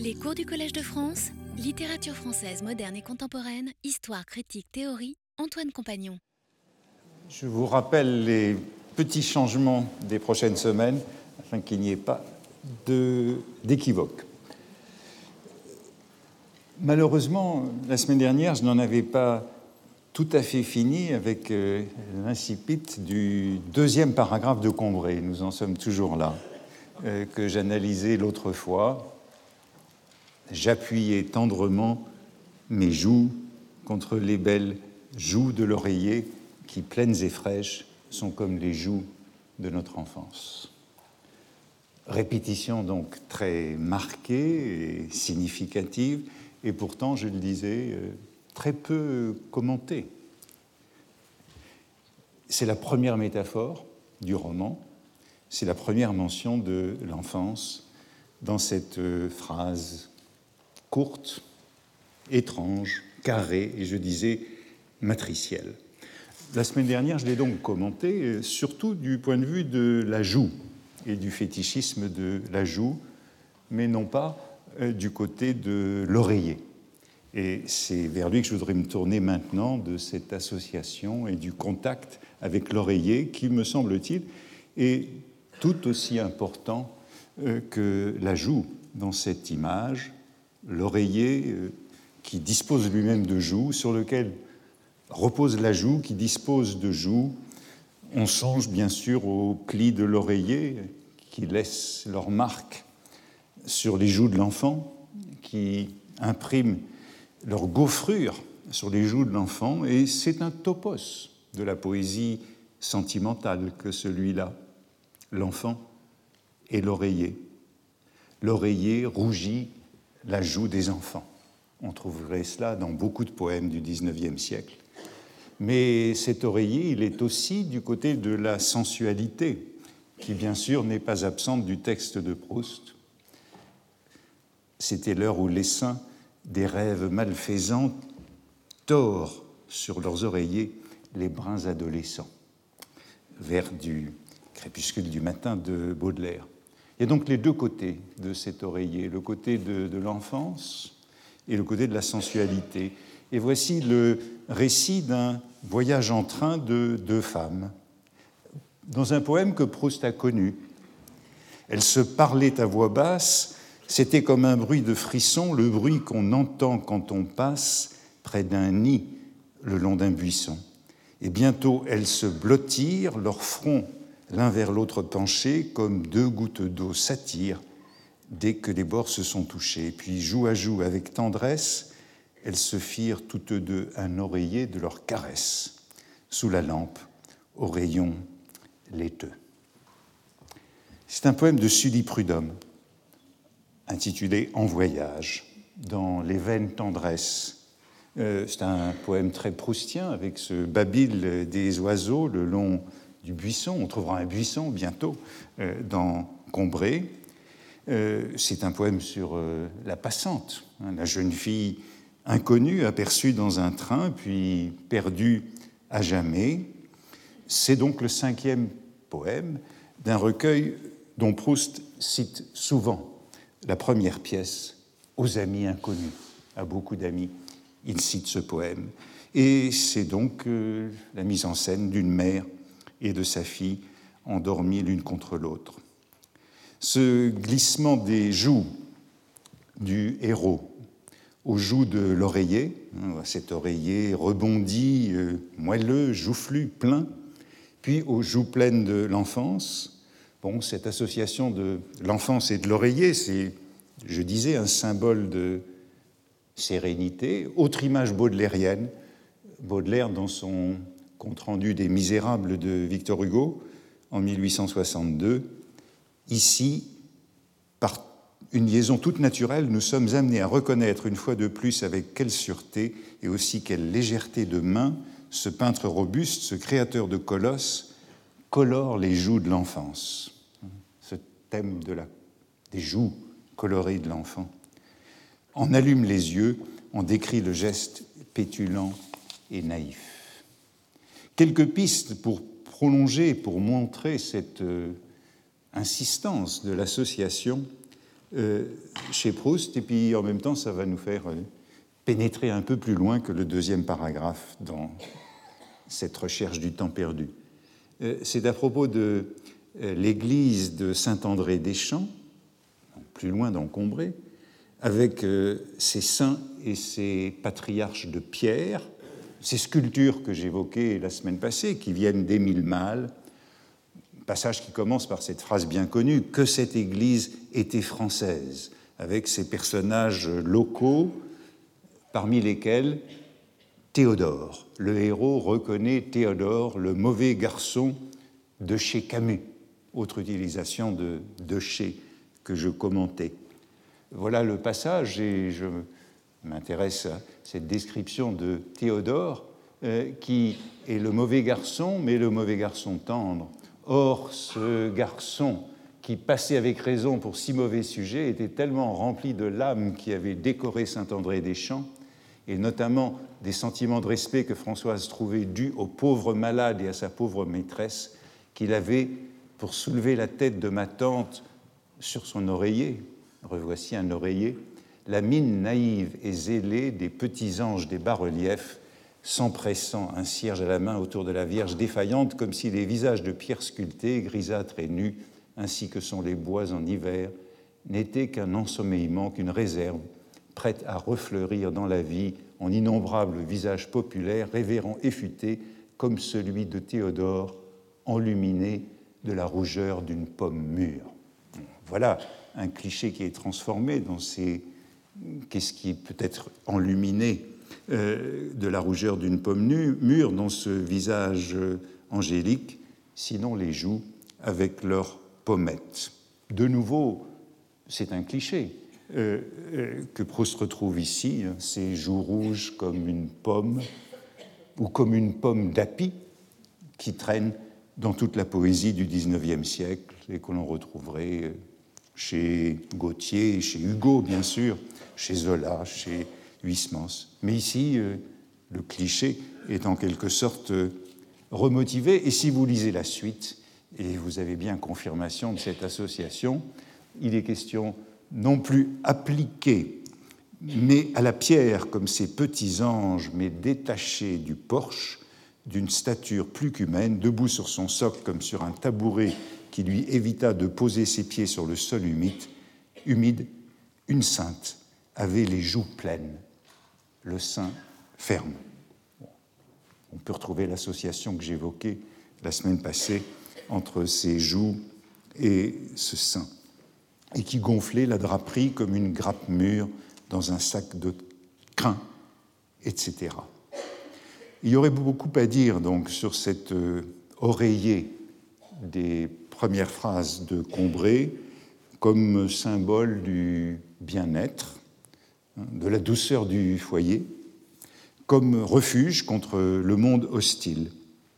Les cours du Collège de France, littérature française moderne et contemporaine, histoire, critique, théorie, Antoine Compagnon. Je vous rappelle les petits changements des prochaines semaines afin qu'il n'y ait pas d'équivoque. Malheureusement, la semaine dernière, je n'en avais pas tout à fait fini avec l'incipit du deuxième paragraphe de Combray. Nous en sommes toujours là, que j'analysais l'autre fois. J'appuyais tendrement mes joues contre les belles joues de l'oreiller qui, pleines et fraîches, sont comme les joues de notre enfance. Répétition donc très marquée et significative, et pourtant, je le disais, très peu commentée. C'est la première métaphore du roman, c'est la première mention de l'enfance dans cette phrase courte, étrange, carrée, et je disais matricielle. La semaine dernière, je l'ai donc commenté, surtout du point de vue de la joue et du fétichisme de la joue, mais non pas du côté de l'oreiller. Et c'est vers lui que je voudrais me tourner maintenant, de cette association et du contact avec l'oreiller qui, me semble-t-il, est tout aussi important que la joue dans cette image. L'oreiller qui dispose lui-même de joue, sur lequel repose la joue, qui dispose de joue. On songe bien sûr aux plis de l'oreiller qui laissent leur marque sur les joues de l'enfant, qui impriment leur gaufrure sur les joues de l'enfant, et c'est un topos de la poésie sentimentale que celui-là, l'enfant et l'oreiller. L'oreiller rougit la joue des enfants. On trouverait cela dans beaucoup de poèmes du XIXe siècle. Mais cet oreiller, il est aussi du côté de la sensualité, qui bien sûr n'est pas absente du texte de Proust. C'était l'heure où l'essaim des rêves malfaisants tord sur leurs oreillers les bruns adolescents, vers du crépuscule du matin de Baudelaire. Il y a donc les deux côtés de cet oreiller, le côté de l'enfance et le côté de la sensualité. Et voici le récit d'un voyage en train de deux femmes, dans un poème que Proust a connu. Elles se parlaient à voix basse, c'était comme un bruit de frisson, le bruit qu'on entend quand on passe près d'un nid le long d'un buisson. Et bientôt elles se blottirent, leurs fronts l'un vers l'autre penchés, comme deux gouttes d'eau s'attirent dès que les bords se sont touchés. Puis, joue à joue, avec tendresse, elles se firent toutes deux un oreiller de leurs caresses, sous la lampe, au rayon laiteux. C'est un poème de Sully Prudhomme, intitulé « En voyage », dans les vaines tendresses. C'est un poème très proustien, avec ce babil des oiseaux le long du buisson. On trouvera un buisson bientôt dans Combray. C'est un poème sur la passante, la jeune fille inconnue aperçue dans un train, puis perdue à jamais. C'est donc le 5e poème d'un recueil dont Proust cite souvent la première pièce, aux amis inconnus. À beaucoup d'amis, il cite ce poème. Et c'est donc la mise en scène d'une mère et de sa fille endormies l'une contre l'autre. Ce glissement des joues du héros aux joues de l'oreiller, cet oreiller rebondi, moelleux, joufflu, plein, puis aux joues pleines de l'enfance. Bon, cette association de l'enfance et de l'oreiller, c'est, je disais, un symbole de sérénité. Autre image baudelairienne, Baudelaire dans son compte-rendu des Misérables de Victor Hugo en 1862. Ici, par une liaison toute naturelle, nous sommes amenés à reconnaître une fois de plus avec quelle sûreté et aussi quelle légèreté de main ce peintre robuste, ce créateur de colosses, colore les joues de l'enfance. Ce thème des joues colorées de l'enfant. On allume les yeux, on décrit le geste pétulant et naïf. Quelques pistes pour prolonger, pour montrer cette insistance de l'association chez Proust, et puis en même temps, ça va nous faire pénétrer un peu plus loin que le deuxième paragraphe dans cette recherche du temps perdu. C'est à propos de l'église de Saint-André-des-Champs, plus loin dans Combray, avec ses saints et ses patriarches de pierre, ces sculptures que j'évoquais la semaine passée, qui viennent d'Émile Malle, passage qui commence par cette phrase bien connue, que cette église était française, avec ses personnages locaux, parmi lesquels Théodore. Le héros reconnaît Théodore, le mauvais garçon de chez Camus, autre utilisation de chez que je commentais. Voilà le passage, et je m'intéresse à cette description de Théodore, qui est le mauvais garçon, mais le mauvais garçon tendre. Or, ce garçon qui passait avec raison pour si mauvais sujet était tellement rempli de l'âme qui avait décoré Saint-André-des-Champs, et notamment des sentiments de respect que Françoise trouvait dus au pauvre malade et à sa pauvre maîtresse, qu'il avait, pour soulever la tête de ma tante sur son oreiller, revoici un oreiller, la mine naïve et zélée des petits anges des bas-reliefs, s'empressant un cierge à la main autour de la Vierge défaillante, comme si les visages de pierre sculptés, grisâtres et nus, ainsi que sont les bois en hiver, n'étaient qu'un ensommeillement, qu'une réserve, prête à refleurir dans la vie en innombrables visages populaires, révérends et futés, comme celui de Théodore, enluminé de la rougeur d'une pomme mûre. Voilà un cliché qui est transformé dans ces... Qu'est-ce qui peut être enluminé de la rougeur d'une pomme mûre dans ce visage angélique, sinon les joues avec leurs pommettes. De nouveau, c'est un cliché que Proust retrouve ici, ces joues rouges comme une pomme, ou comme une pomme d'api qui traîne dans toute la poésie du XIXe siècle et que l'on retrouverait chez Gautier, chez Hugo, bien sûr, chez Zola, chez Huysmans. Mais ici, le cliché est en quelque sorte remotivé. Et si vous lisez la suite, et vous avez bien confirmation de cette association, il est question non plus appliquée, mais à la pierre comme ces petits anges, mais détachés du porche, d'une stature plus qu'humaine, debout sur son socle comme sur un tabouret qui lui évita de poser ses pieds sur le sol humide, une sainte avait les joues pleines, le sein ferme. On peut retrouver l'association que j'évoquais la semaine passée entre ces joues et ce sein, et qui gonflait la draperie comme une grappe mûre dans un sac de crin, etc. Il y aurait beaucoup à dire donc sur cet oreiller des premières phrases de Combray comme symbole du bien-être, de la douceur du foyer, comme refuge contre le monde hostile,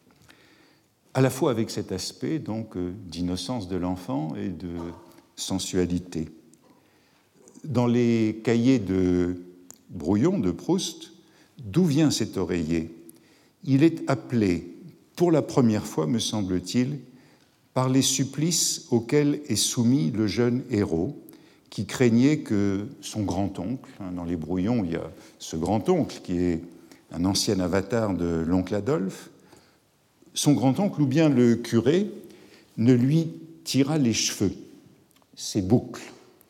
à la fois avec cet aspect donc d'innocence de l'enfant et de sensualité. Dans les cahiers de Brouillon de Proust, d'où vient cet oreiller? Il est appelé, pour la première fois, me semble-t-il, par les supplices auxquels est soumis le jeune héros, qui craignait que son grand-oncle, dans les Brouillons, il y a ce grand-oncle qui est un ancien avatar de l'oncle Adolphe, son grand-oncle ou bien le curé ne lui tirât les cheveux, ses boucles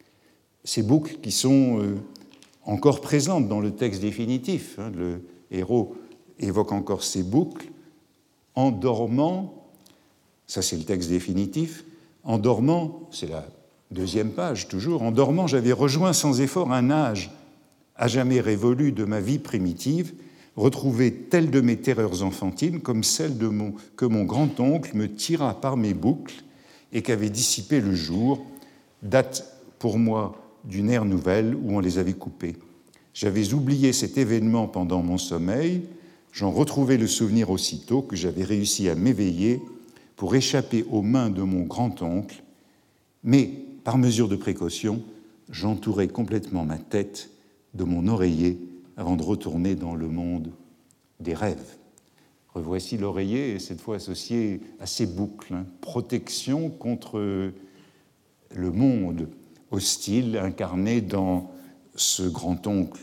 qui sont encore présentes dans le texte définitif. Le héros évoque encore ces boucles. En dormant, ça c'est le texte définitif, en dormant, c'est la deuxième page toujours, en dormant j'avais rejoint sans effort un âge à jamais révolu de ma vie primitive, retrouvé telle de mes terreurs enfantines comme celle que mon grand-oncle me tira par mes boucles et qu'avait dissipé le jour, date pour moi d'une ère nouvelle où on les avait coupées. J'avais oublié cet événement pendant mon sommeil, j'en retrouvai le souvenir aussitôt que j'avais réussi à m'éveiller pour échapper aux mains de mon grand-oncle, mais, par mesure de précaution, j'entourai complètement ma tête de mon oreiller avant de retourner dans le monde des rêves. Revoici l'oreiller, cette fois associé à ces boucles, protection contre le monde hostile incarné dans ce grand-oncle.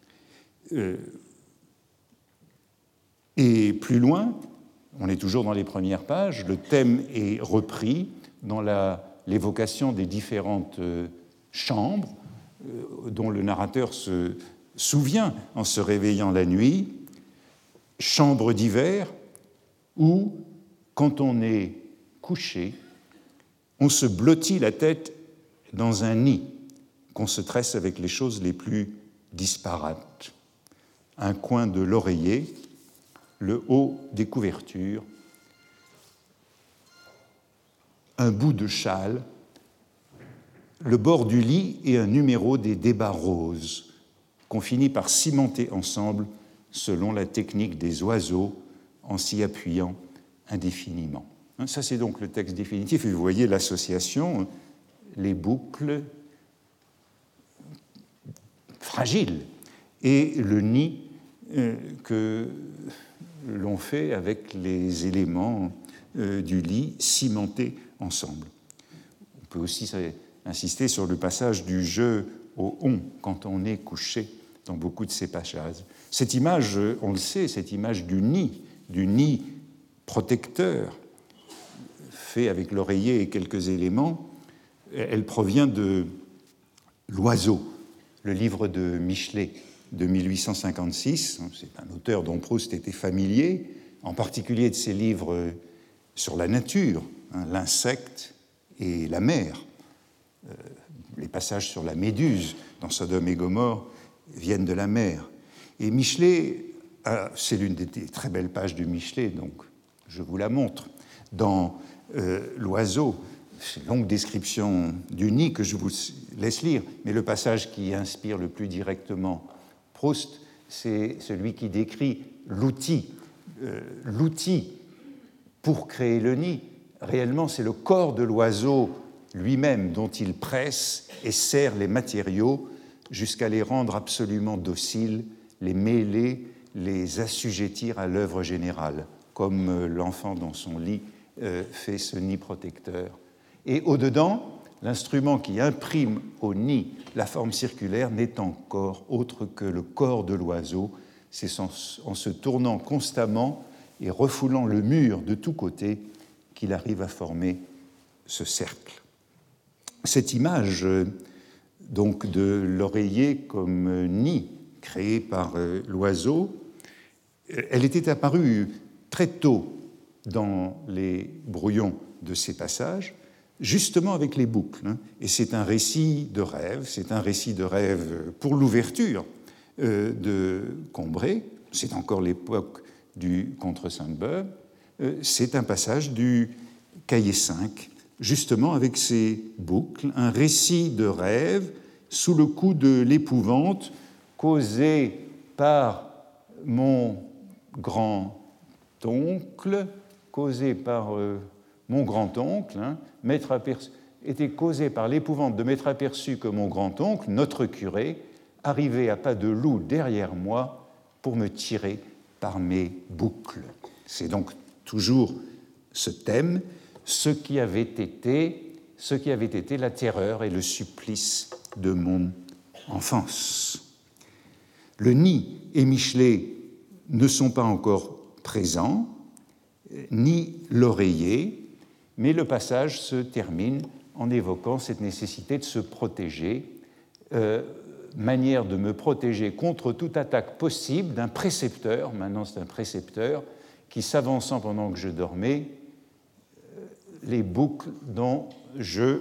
Et plus loin, on est toujours dans les premières pages, le thème est repris dans l'évocation des différentes chambres dont le narrateur se souvient en se réveillant la nuit, chambre d'hiver où, quand on est couché, on se blottit la tête dans un nid qu'on se tresse avec les choses les plus disparates. Un coin de l'oreiller, le haut des couvertures, un bout de châle, le bord du lit et un numéro des débats roses qu'on finit par cimenter ensemble selon la technique des oiseaux en s'y appuyant indéfiniment. Ça, c'est donc le texte définitif. Et vous voyez l'association, les boucles fragiles et le nid que l'on fait avec les éléments du lit cimentés ensemble. On peut aussi insister sur le passage du je au on quand on est couché dans beaucoup de ces passages. Cette image, on le sait, cette image du nid protecteur, fait avec l'oreiller et quelques éléments, elle provient de L'Oiseau, le livre de Michelet de 1856. C'est un auteur dont Proust était familier, en particulier de ses livres sur la nature, l'insecte et la mer. Les passages sur la méduse dans Sodome et Gomorrhe viennent de la mer. Et Michelet, c'est l'une des très belles pages de Michelet, donc je vous la montre. Dans L'Oiseau, c'est une longue description du nid que je vous laisse lire, mais le passage qui inspire le plus directement Proust, c'est celui qui décrit l'outil. L'outil pour créer le nid, réellement, c'est le corps de l'oiseau lui-même dont il presse et serre les matériaux jusqu'à les rendre absolument dociles, les mêler, les assujettir à l'œuvre générale, comme l'enfant dans son lit fait ce nid protecteur. Et au-dedans, l'instrument qui imprime au nid la forme circulaire n'est encore autre que le corps de l'oiseau. C'est en se tournant constamment et refoulant le mur de tous côtés qu'il arrive à former ce cercle. Cette image donc de l'oreiller comme nid créé par l'oiseau, elle était apparue très tôt dans les brouillons de ces passages, justement avec les boucles. Et c'est un récit de rêve, pour l'ouverture de Combray, c'est encore l'époque du Contre Sainte-Beuve, c'est un passage du cahier 5, justement avec ces boucles, un récit de rêve sous le coup de l'épouvante causée par mon grand-oncle, était causé par l'épouvante de m'être aperçu que mon grand-oncle, notre curé, arrivait à pas de loup derrière moi pour me tirer par mes boucles. C'est donc toujours ce thème, ce qui avait été la terreur et le supplice de mon enfance. Le nid et Michelet ne sont pas encore présents, ni l'oreiller, mais le passage se termine en évoquant cette nécessité de se protéger, manière de me protéger contre toute attaque possible d'un précepteur, maintenant c'est un précepteur, qui s'avançant pendant que je dormais, les boucles dont je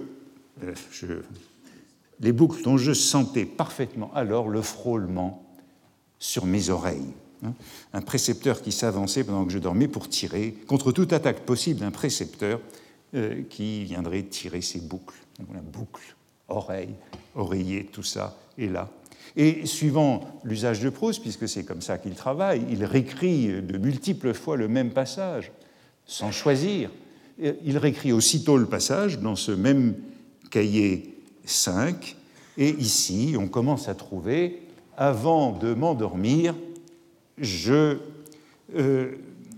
sentais parfaitement alors le frôlement sur mes oreilles. Un précepteur qui s'avançait pendant que je dormais pour tirer contre toute attaque possible d'un précepteur qui viendrait tirer ses boucles. Donc, voilà, boucle, oreille, oreiller, tout ça est là. Et suivant l'usage de Proust, puisque c'est comme ça qu'il travaille, il réécrit de multiples fois le même passage, sans choisir. Il réécrit aussitôt le passage dans ce même cahier 5, et ici, on commence à trouver, avant de m'endormir,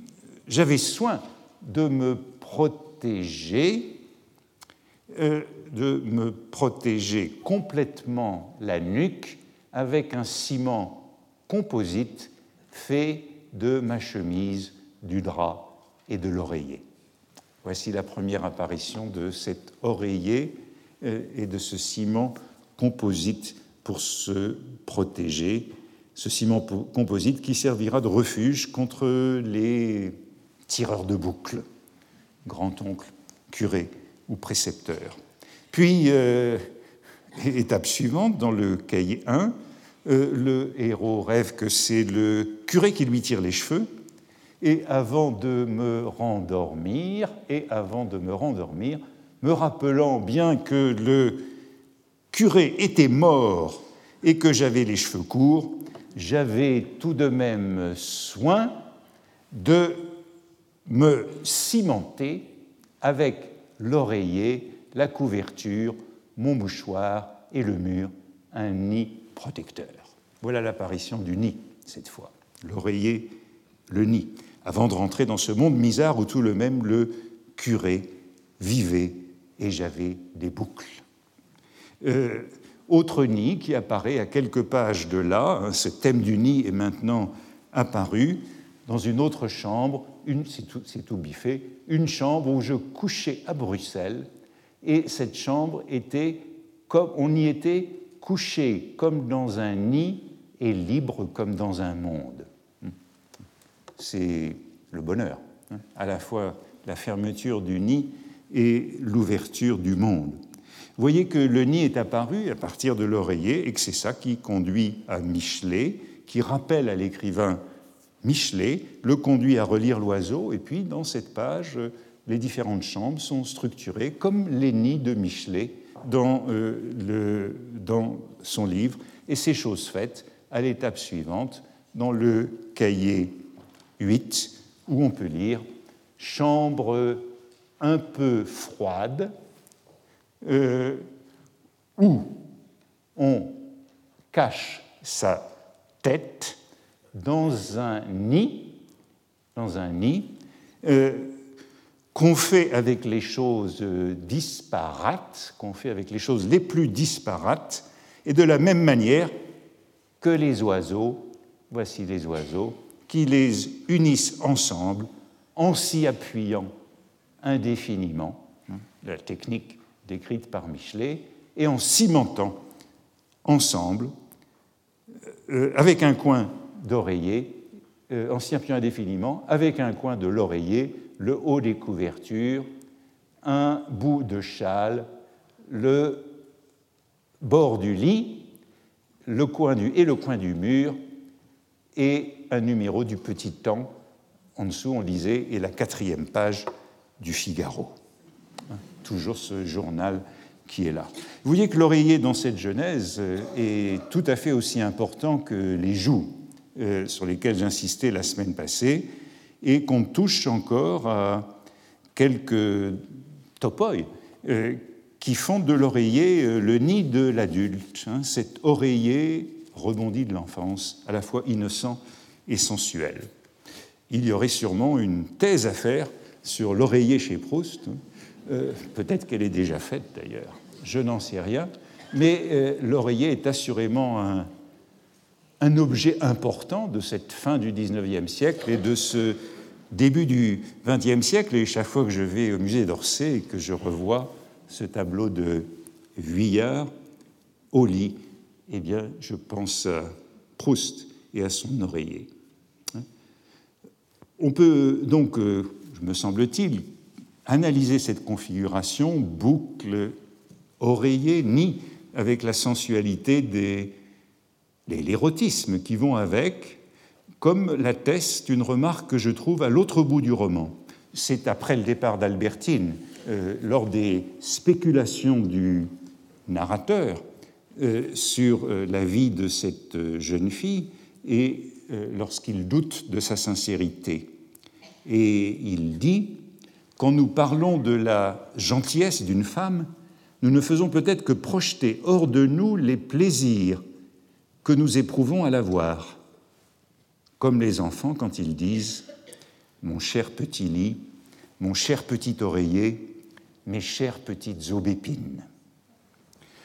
j'avais soin de me protéger de me protéger complètement la nuque avec un ciment composite fait de ma chemise, du drap et de l'oreiller. Voici la première apparition de cet oreiller et de ce ciment composite pour se protéger, ce ciment composite qui servira de refuge contre les tireurs de boucles, grand-oncle, curé ou précepteur. Puis, étape suivante, dans le cahier 1, le héros rêve que c'est le curé qui lui tire les cheveux, et avant de me rendormir, me rappelant bien que le curé était mort et que j'avais les cheveux courts, j'avais tout de même soin de me cimenter avec l'oreiller, la couverture, mon mouchoir et le mur, un nid protecteur. Voilà l'apparition du nid, cette fois. L'oreiller, le nid, avant de rentrer dans ce monde misère où tout de même le curé vivait et j'avais des boucles. Autre nid qui apparaît à quelques pages de là, ce thème du nid est maintenant apparu dans une autre chambre, c'est tout biffé, une chambre où je couchais à Bruxelles, et cette chambre était comme on y était couché comme dans un nid et libre comme dans un monde. C'est le bonheur, à la fois la fermeture du nid et l'ouverture du monde. Vous voyez que le nid est apparu à partir de l'oreiller et que c'est ça qui conduit à Michelet, qui rappelle à l'écrivain Michelet, le conduit à relire l'oiseau, et puis dans cette page, les différentes chambres sont structurées comme les nids de Michelet dans son livre, et c'est chose faite à l'étape suivante, dans le cahier 8, où on peut lire « Chambre un peu froide », où on cache sa tête dans un nid qu'on fait avec les choses disparates, qu'on fait avec les choses les plus disparates, et de la même manière que les oiseaux, voici les oiseaux, qui les unissent ensemble en s'y appuyant indéfiniment, la technique décrite par Michelet, et en cimentant ensemble, avec un coin d'oreiller, en s'y appuyant indéfiniment, avec un coin de l'oreiller, le haut des couvertures, un bout de châle, le bord du lit, le coin du mur, et un numéro du Petit Temps. En dessous, on lisait, et la 4e page du Figaro. Toujours ce journal qui est là. Vous voyez que l'oreiller dans cette genèse est tout à fait aussi important que les joues sur lesquelles j'insistais la semaine passée, et qu'on touche encore à quelques topoi qui font de l'oreiller le nid de l'adulte, cet oreiller rebondi de l'enfance, à la fois innocent et sensuel. Il y aurait sûrement une thèse à faire sur l'oreiller chez Proust, peut-être qu'elle est déjà faite d'ailleurs, je n'en sais rien, mais l'oreiller est assurément un objet important de cette fin du XIXe siècle et de ce début du XXe siècle. Et chaque fois que je vais au musée d'Orsay et que je revois ce tableau de Vuillard au lit, eh bien, je pense à Proust et à son oreiller. On peut donc, me semble-t-il, analyser cette configuration boucle, oreiller, nid, avec la sensualité de l'érotisme qui vont avec, comme l'atteste une remarque que je trouve à l'autre bout du roman. C'est après le départ d'Albertine, lors des spéculations du narrateur sur la vie de cette jeune fille et lorsqu'il doute de sa sincérité. Et il dit « Quand nous parlons de la gentillesse d'une femme, nous ne faisons peut-être que projeter hors de nous les plaisirs que nous éprouvons à la voir, comme les enfants quand ils disent « Mon cher petit lit, mon cher petit oreiller, mes chères petites aubépines ».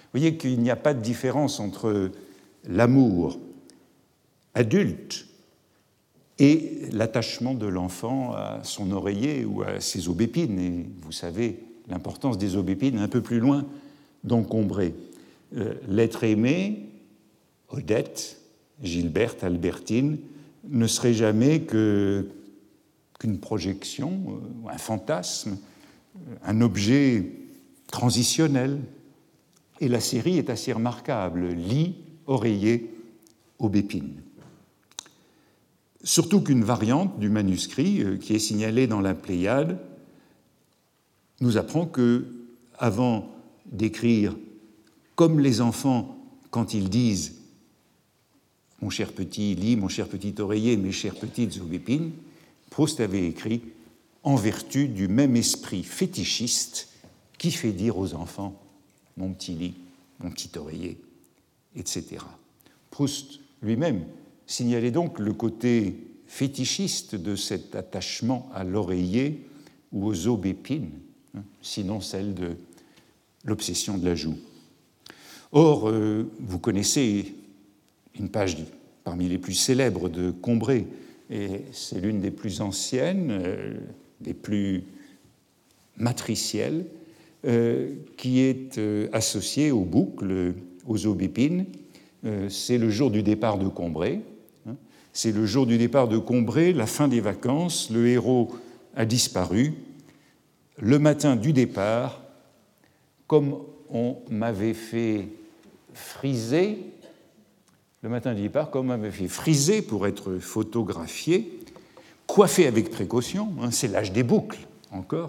Vous voyez qu'il n'y a pas de différence entre l'amour adulte et l'attachement de l'enfant à son oreiller ou à ses aubépines. Et vous savez l'importance des aubépines un peu plus loin dans Combray. L'être aimé, Odette, Gilberte, Albertine, ne serait jamais qu'une projection, un fantasme, un objet transitionnel. Et la série est assez remarquable, lit, oreiller, aubépine. Surtout qu'une variante du manuscrit, qui est signalée dans la Pléiade, nous apprend que, avant d'écrire comme les enfants quand ils disent « mon cher petit lit, mon cher petit oreiller, mes chères petites aubépines », Proust avait écrit en vertu du même esprit fétichiste qui fait dire aux enfants « mon petit lit, mon petit oreiller », etc. Proust lui-même signalait donc le côté fétichiste de cet attachement à l'oreiller ou aux aubépines, sinon celle de l'obsession de la joue. Or, vous connaissez une page parmi les plus célèbres de Combray, et c'est l'une des plus anciennes, des plus matricielles, qui est associée aux boucles, aux aubépines. C'est le jour du départ de Combray. C'est le jour du départ de Combray, la fin des vacances, le héros a disparu. Le matin du départ, comme on m'avait fait friser, pour être photographié, coiffé avec précaution, c'est l'âge des boucles encore,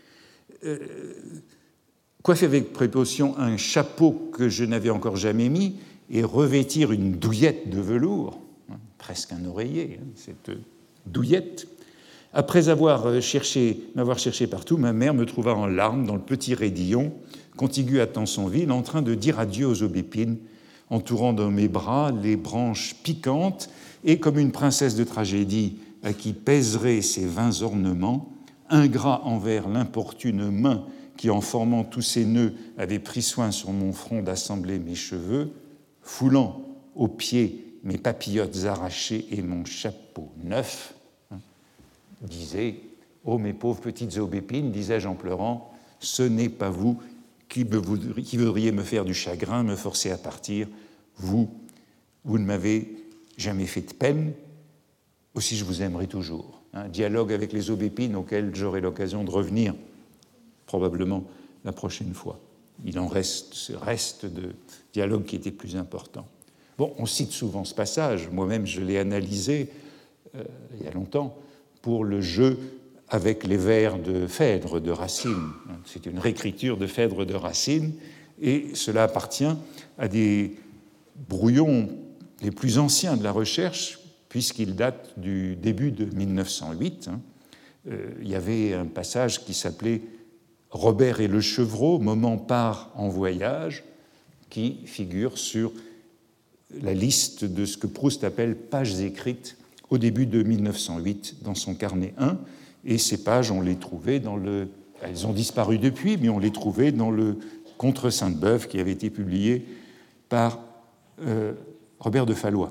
coiffé avec précaution un chapeau que je n'avais encore jamais mis et revêtir une douillette de velours, presque un oreiller, cette douillette. Après m'avoir cherché partout, ma mère me trouva en larmes dans le petit raidillon contigu à Tansonville, en train de dire adieu aux aubépines, entourant dans mes bras les branches piquantes, et comme une princesse de tragédie à qui pèseraient ses 20 ornements, ingrat envers l'importune main qui, en formant tous ses nœuds, avait pris soin sur mon front d'assembler mes cheveux, foulant aux pieds mes papillotes arrachées et mon chapeau neuf, disait « Oh, mes pauvres petites aubépines, disais-je en pleurant, ce n'est pas vous qui voudriez me faire du chagrin, me forcer à partir. Vous ne m'avez jamais fait de peine, aussi je vous aimerai toujours. » Un dialogue avec les aubépines auquel j'aurai l'occasion de revenir probablement la prochaine fois. Il en reste ce reste de dialogue qui était plus important. Bon, on cite souvent ce passage, moi-même je l'ai analysé il y a longtemps, pour le jeu avec les vers de Phèdre de Racine. C'est une réécriture de Phèdre de Racine, et cela appartient à des brouillons les plus anciens de la recherche, puisqu'ils datent du début de 1908. Il y avait un passage qui s'appelait « Robert et le chevreau, moment part en voyage », qui figure sur la liste de ce que Proust appelle « pages écrites » au début de 1908 dans son carnet 1, et ces pages, on les trouvait elles ont disparu depuis, mais on les trouvait dans le Contre Sainte-Beuve qui avait été publié par Bernard de Fallois.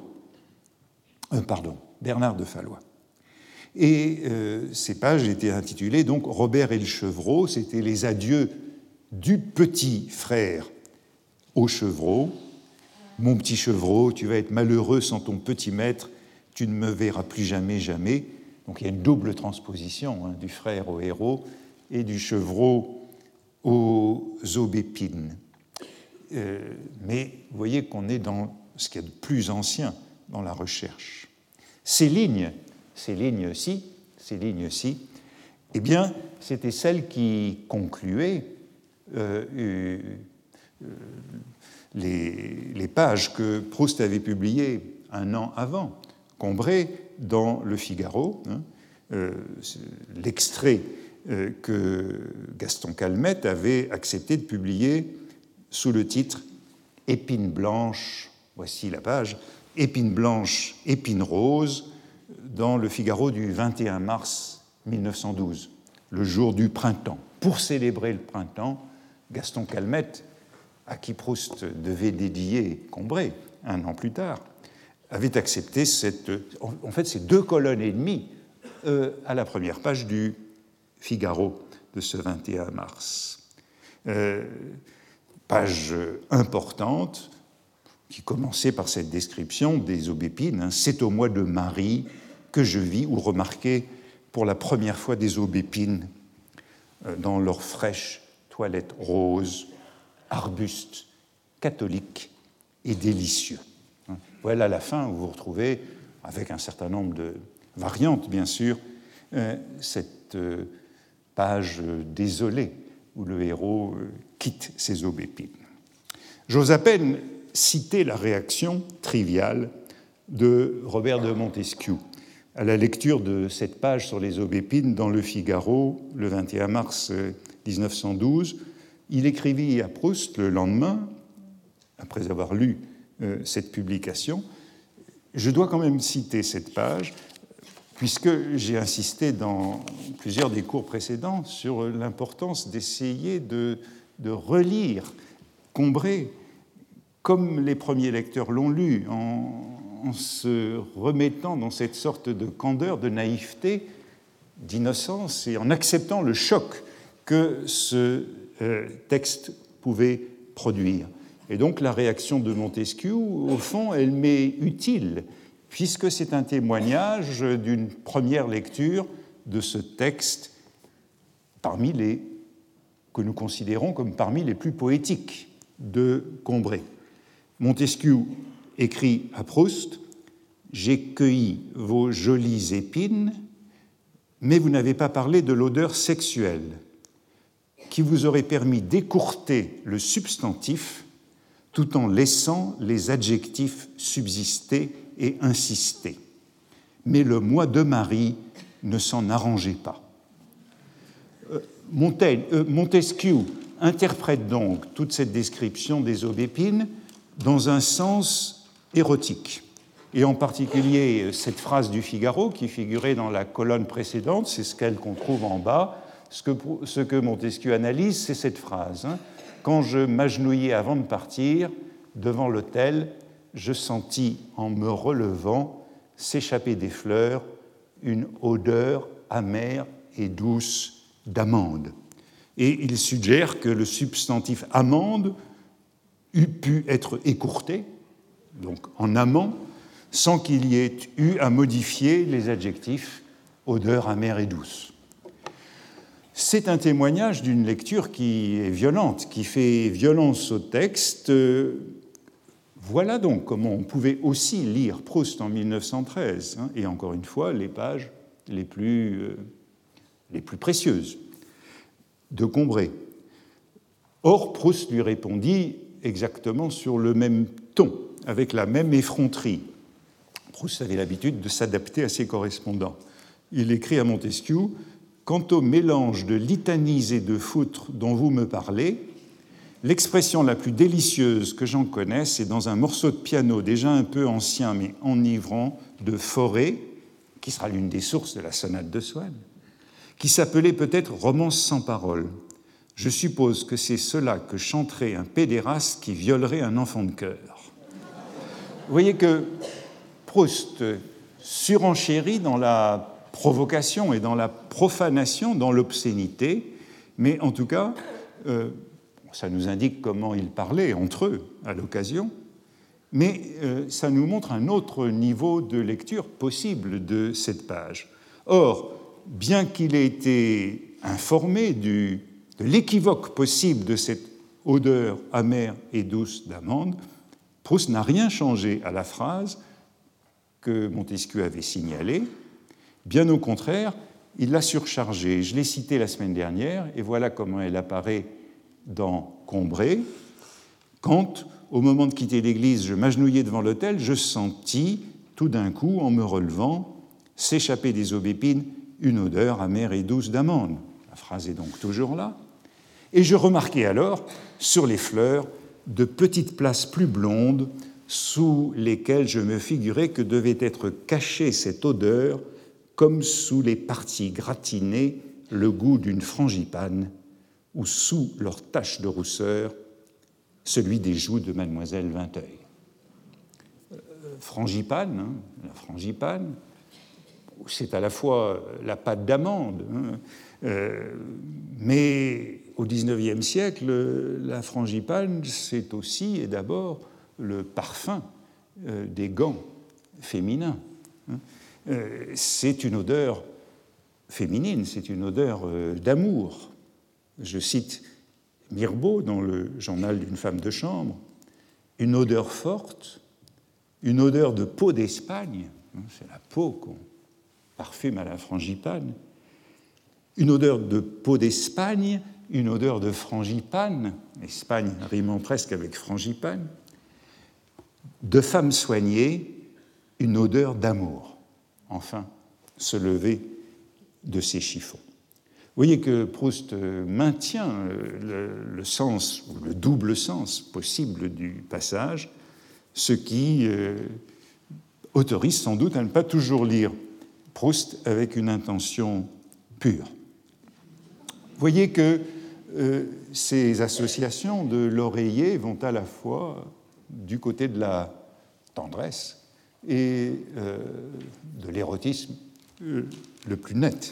Et ces pages étaient intitulées donc Robert et le chevreau, c'était les adieux du petit frère au chevreau. Mon petit chevreau, tu vas être malheureux sans ton petit maître, tu ne me verras plus jamais, jamais. Donc il y a une double transposition du frère au héros et du chevreau aux aubépines. Mais vous voyez qu'on est dans ce qu'il y a de plus ancien dans la recherche. Ces lignes-ci, eh bien, c'était celles qui concluaient les pages que Proust avait publiées un an avant, Combray, dans Le Figaro, l'extrait que Gaston Calmette avait accepté de publier sous le titre « Épine blanche », voici la page, « Épine blanche, épine rose », dans Le Figaro du 21 mars 1912, le jour du printemps. Pour célébrer le printemps, Gaston Calmette à qui Proust devait dédier Combray 1 an plus tard, avait accepté ces 2 colonnes et demie à la première page du Figaro de ce 21 mars. Page importante qui commençait par cette description des aubépines. C'est au mois de Marie que je vis ou remarquai pour la première fois des aubépines dans leur fraîche toilette rose, arbustes, catholiques et délicieux. Voilà la fin où vous retrouvez, avec un certain nombre de variantes bien sûr, cette page désolée où le héros quitte ses aubépines. J'ose à peine citer la réaction triviale de Robert de Montesquieu à la lecture de cette page sur les aubépines dans le Figaro le 21 mars 1912. Il écrivit à Proust le lendemain, après avoir lu cette publication. Je dois quand même citer cette page, puisque j'ai insisté dans plusieurs des cours précédents sur l'importance d'essayer de relire Combray comme les premiers lecteurs l'ont lu, en se remettant dans cette sorte de candeur, de naïveté, d'innocence, et en acceptant le choc que ce texte pouvait produire. Et donc la réaction de Montesquieu, au fond, elle m'est utile, puisque c'est un témoignage d'une première lecture de ce texte que nous considérons comme parmi les plus poétiques de Combray. Montesquieu écrit à Proust « J'ai cueilli vos jolies épines, mais vous n'avez pas parlé de l'odeur sexuelle, qui vous aurait permis d'écourter le substantif tout en laissant les adjectifs subsister et insister. Mais le mois de Marie ne s'en arrangeait pas. » Montesquieu interprète donc toute cette description des aubépines dans un sens érotique. Et en particulier, cette phrase du Figaro qui figurait dans la colonne précédente, c'est celle qu'on trouve en bas. Ce que Montesquieu analyse, c'est cette phrase. Quand je m'agenouillais avant de partir, devant l'autel, je sentis, en me relevant, s'échapper des fleurs une odeur amère et douce d'amande. Et il suggère que le substantif amande eût pu être écourté, donc en amont, sans qu'il y ait eu à modifier les adjectifs odeur amère et douce. C'est un témoignage d'une lecture qui est violente, qui fait violence au texte. Voilà donc comment on pouvait aussi lire Proust en 1913, et encore une fois, les pages les plus précieuses de Combray. Or, Proust lui répondit exactement sur le même ton, avec la même effronterie. Proust avait l'habitude de s'adapter à ses correspondants. Il écrit à Montesquieu « Quant au mélange de litanies et de foutres dont vous me parlez, l'expression la plus délicieuse que j'en connaisse est dans un morceau de piano déjà un peu ancien mais enivrant de Fauré, qui sera l'une des sources de la sonate de Swann, qui s'appelait peut-être Romance sans parole. Je suppose que c'est cela que chanterait un pédéraste qui violerait un enfant de chœur. » Vous voyez que Proust surenchérit dans la provocation et dans la profanation, dans l'obscénité, mais en tout cas, ça nous indique comment ils parlaient entre eux à l'occasion, mais ça nous montre un autre niveau de lecture possible de cette page. Or, bien qu'il ait été informé de l'équivoque possible de cette odeur amère et douce d'amande, Proust n'a rien changé à la phrase que Montesquieu avait signalée. Bien au contraire, il l'a surchargée. Je l'ai citée la semaine dernière, et voilà comment elle apparaît dans Combray. Quand, au moment de quitter l'église, je m'agenouillais devant l'autel, je sentis, tout d'un coup, en me relevant, s'échapper des aubépines une odeur amère et douce d'amande. La phrase est donc toujours là. Et je remarquai alors, sur les fleurs, de petites places plus blondes sous lesquelles je me figurais que devait être cachée cette odeur, comme sous les parties gratinées le goût d'une frangipane, ou sous leurs taches de rousseur celui des joues de mademoiselle Vinteuil. Frangipane, la frangipane, c'est à la fois la pâte d'amande, mais au XIXe siècle, la frangipane, c'est aussi et d'abord le parfum des gants féminins. C'est une odeur féminine, c'est une odeur d'amour. Je cite Mirbeau dans le journal d'une femme de chambre, une odeur forte, une odeur de peau d'Espagne, c'est la peau qu'on parfume à la frangipane, une odeur de peau d'Espagne, une odeur de frangipane, Espagne rimant presque avec frangipane, de femme soignée, une odeur d'amour. Enfin, se lever de ces chiffons. Vous voyez que Proust maintient le sens, ou le double sens possible du passage, ce qui autorise sans doute à ne pas toujours lire Proust avec une intention pure. Vous voyez que ces associations de l'oreiller vont à la fois du côté de la tendresse et de l'érotisme le plus net.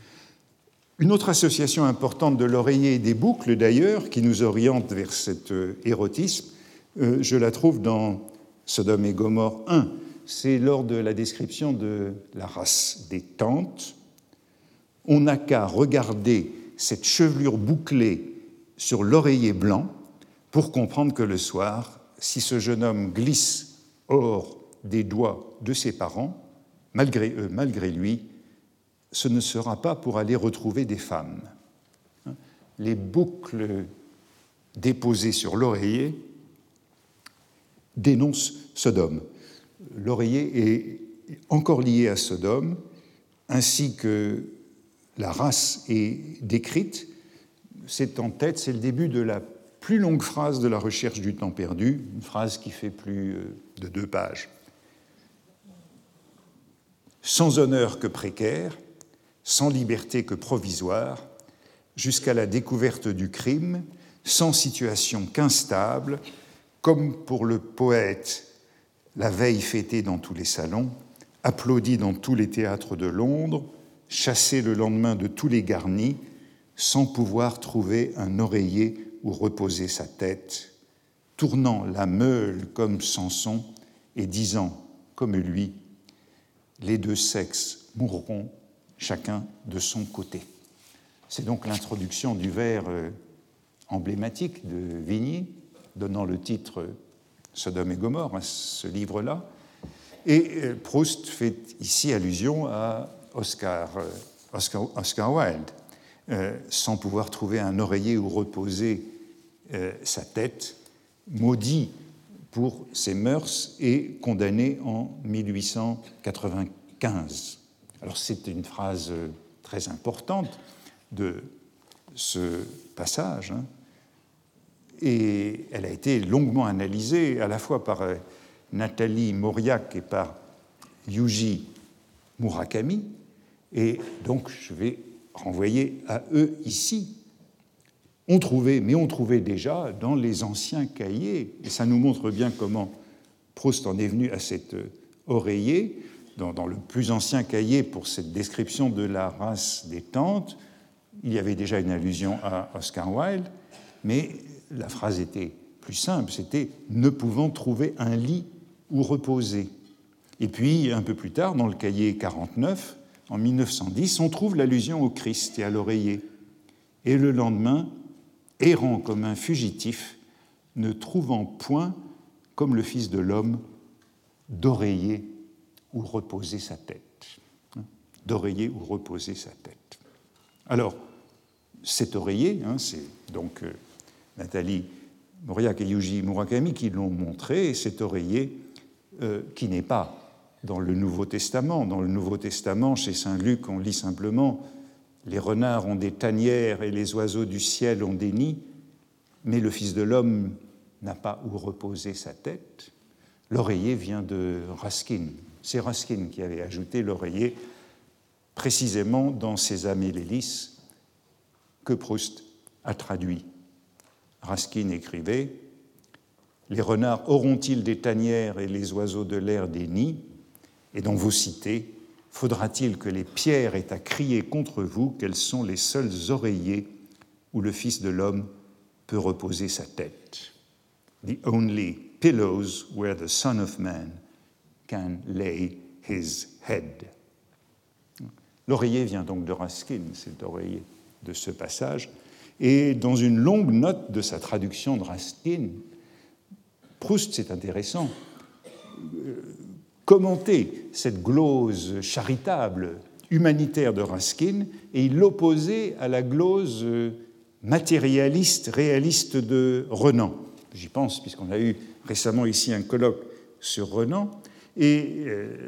Une autre association importante de l'oreiller et des boucles, d'ailleurs, qui nous oriente vers cet érotisme, je la trouve dans Sodome et Gomorrhe 1. C'est lors de la description de la race des tantes. On n'a qu'à regarder cette chevelure bouclée sur l'oreiller blanc pour comprendre que le soir, si ce jeune homme glisse hors des doigts de ses parents, malgré eux, malgré lui, ce ne sera pas pour aller retrouver des femmes. Les boucles déposées sur l'oreiller dénoncent Sodome. L'oreiller est encore lié à Sodome, ainsi que la race est décrite. C'est en tête, c'est le début de la plus longue phrase de la recherche du temps perdu, une phrase qui fait plus de 2 pages. Sans honneur que précaire, sans liberté que provisoire, jusqu'à la découverte du crime, sans situation qu'instable, comme pour le poète, la veille fêtée dans tous les salons, applaudi dans tous les théâtres de Londres, chassé le lendemain de tous les garnis, sans pouvoir trouver un oreiller où reposer sa tête, tournant la meule comme Samson et disant, comme lui, les 2 sexes mourront chacun de son côté. C'est donc l'introduction du vers emblématique de Vigny, donnant le titre Sodome et Gomorrhe à ce livre-là. Et Proust fait ici allusion à Oscar Wilde, sans pouvoir trouver un oreiller où reposer sa tête, maudit pour ses mœurs et condamné en 1895. Alors c'est une phrase très importante de ce passage, et elle a été longuement analysée à la fois par Nathalie Mauriac et par Yuji Murakami, et donc je vais renvoyer à eux ici. On trouvait déjà dans les anciens cahiers, et ça nous montre bien comment Proust en est venu à cet oreiller, dans le plus ancien cahier pour cette description de la race des tantes, il y avait déjà une allusion à Oscar Wilde, mais la phrase était plus simple, c'était « ne pouvant trouver un lit où reposer ». Et puis, un peu plus tard, dans le cahier 49, en 1910, on trouve l'allusion au Christ et à l'oreiller. Et le lendemain, errant comme un fugitif, ne trouvant point, comme le Fils de l'homme, d'oreiller où reposer sa tête. D'oreiller où reposer sa tête. Alors, cet oreiller, c'est donc Nathalie Mauriac et Yuji Murakami qui l'ont montré, et cet oreiller qui n'est pas dans le Nouveau Testament. Dans le Nouveau Testament, chez saint Luc, on lit simplement « Les renards ont des tanières et les oiseaux du ciel ont des nids, mais le Fils de l'homme n'a pas où reposer sa tête ». L'oreiller vient de Raskin. C'est Raskin qui avait ajouté l'oreiller précisément dans Sésame et l'hélice que Proust a traduit. Raskin écrivait les renards auront-ils des tanières et les oiseaux de l'air des nids? Et donc vous citez, faudra-t-il que les pierres aient à crier contre vous qu'elles sont les seuls oreillers où le Fils de l'homme peut reposer sa tête? The only pillows where the Son of Man can lay his head. L'oreiller vient donc de Ruskin, cet oreiller de ce passage, et dans une longue note de sa traduction de Ruskin, Proust, c'est intéressant, commentait cette glose charitable, humanitaire de Ruskin, et il l'opposait à la glose matérialiste, réaliste de Renan. J'y pense, puisqu'on a eu récemment ici un colloque sur Renan, et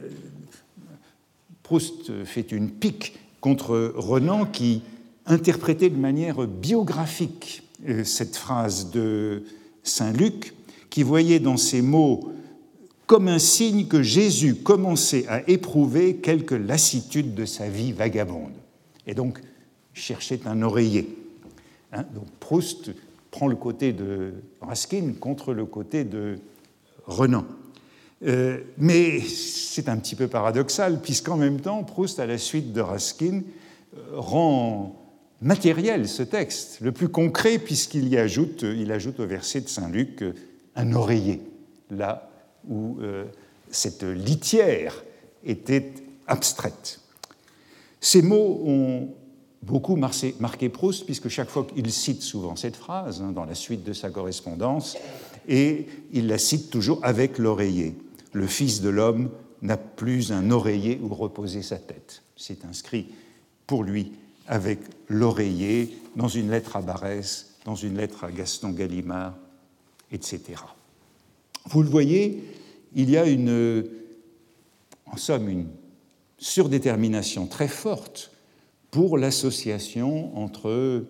Proust fait une pique contre Renan qui interprétait de manière biographique cette phrase de saint Luc, qui voyait dans ces mots comme un signe que Jésus commençait à éprouver quelque lassitude de sa vie vagabonde, et donc cherchait un oreiller. Donc Proust prend le côté de Ruskin contre le côté de Renan. Mais c'est un petit peu paradoxal, puisqu'en même temps, Proust, à la suite de Ruskin, rend matériel ce texte, le plus concret, puisqu'il ajoute au verset de saint Luc un oreiller, là où cette litière était abstraite. Ces mots ont beaucoup marqué Proust, puisque chaque fois qu'il cite souvent cette phrase dans la suite de sa correspondance, et il la cite toujours avec l'oreiller. Le Fils de l'homme n'a plus un oreiller où reposer sa tête. C'est inscrit pour lui avec l'oreiller dans une lettre à Barès, dans une lettre à Gaston Gallimard, etc. Vous le voyez, il y a en somme une surdétermination très forte pour l'association entre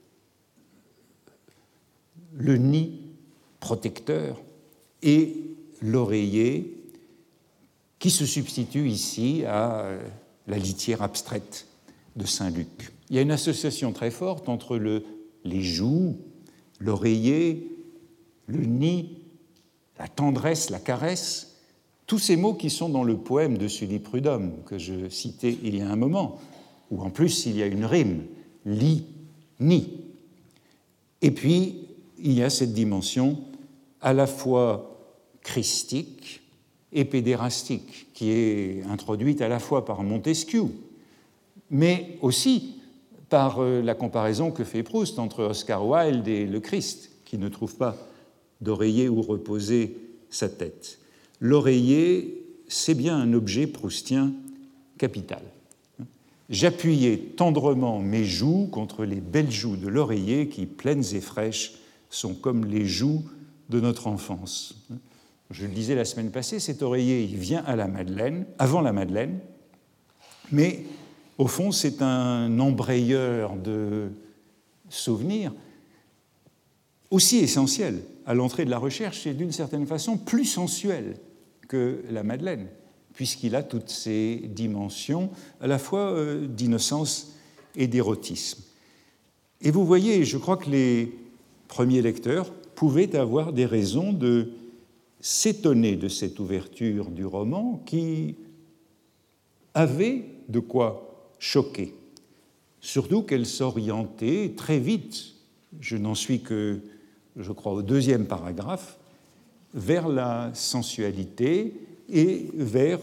le nid protecteur et l'oreiller qui se substitue ici à la litière abstraite de saint Luc. Il y a une association très forte entre les joues, l'oreiller, le nid, la tendresse, la caresse, tous ces mots qui sont dans le poème de Sully Prudhomme que je citais il y a un moment, où en plus il y a une rime, lit, nid. Et puis il y a cette dimension à la fois christique et pédérastique, qui est introduite à la fois par Montesquieu, mais aussi par la comparaison que fait Proust entre Oscar Wilde et le Christ, qui ne trouve pas d'oreiller où reposer sa tête. L'oreiller, c'est bien un objet proustien capital. J'appuyais tendrement mes joues contre les belles joues de l'oreiller qui, pleines et fraîches, sont comme les joues de notre enfance. Je le disais la semaine passée, cet oreiller, il vient à la Madeleine, avant la Madeleine, mais au fond, c'est un embrayeur de souvenirs aussi essentiel à l'entrée de la recherche et d'une certaine façon plus sensuel que la Madeleine, puisqu'il a toutes ces dimensions à la fois d'innocence et d'érotisme. Et vous voyez, je crois que les premiers lecteurs pouvaient avoir des raisons de s'étonner de cette ouverture du roman qui avait de quoi choquer, surtout qu'elle s'orientait très vite, je n'en suis que, je crois, au deuxième paragraphe, vers la sensualité et vers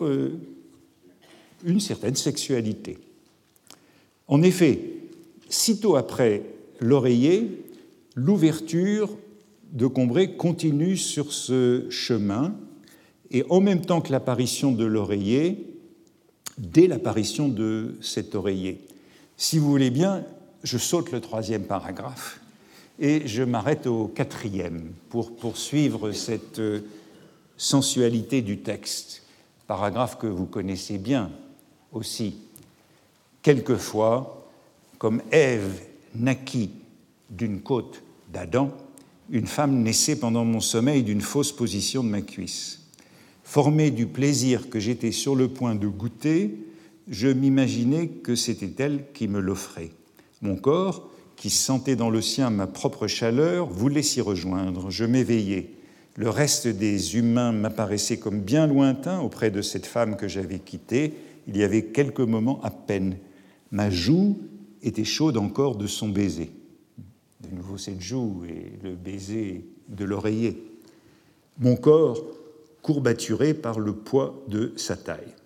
une certaine sexualité. En effet, sitôt après l'oreiller, l'ouverture de Combray continue sur ce chemin, et en même temps que l'apparition de l'oreiller, dès l'apparition de cet oreiller. Si vous voulez bien, je saute le troisième paragraphe et je m'arrête au quatrième pour poursuivre cette sensualité du texte, paragraphe que vous connaissez bien aussi. Quelquefois, comme Ève naquit d'une côte d'Adam, une femme naissait pendant mon sommeil d'une fausse position de ma cuisse. Formée du plaisir que j'étais sur le point de goûter, je m'imaginais que c'était elle qui me l'offrait. Mon corps, qui sentait dans le sien ma propre chaleur, voulait s'y rejoindre. Je m'éveillai. Le reste des humains m'apparaissait comme bien lointain auprès de cette femme que j'avais quittée. Il y avait quelques moments à peine. Ma joue était chaude encore de son baiser. De nouveau cette joue et le baiser de l'oreiller. Mon corps courbaturé par le poids de sa taille.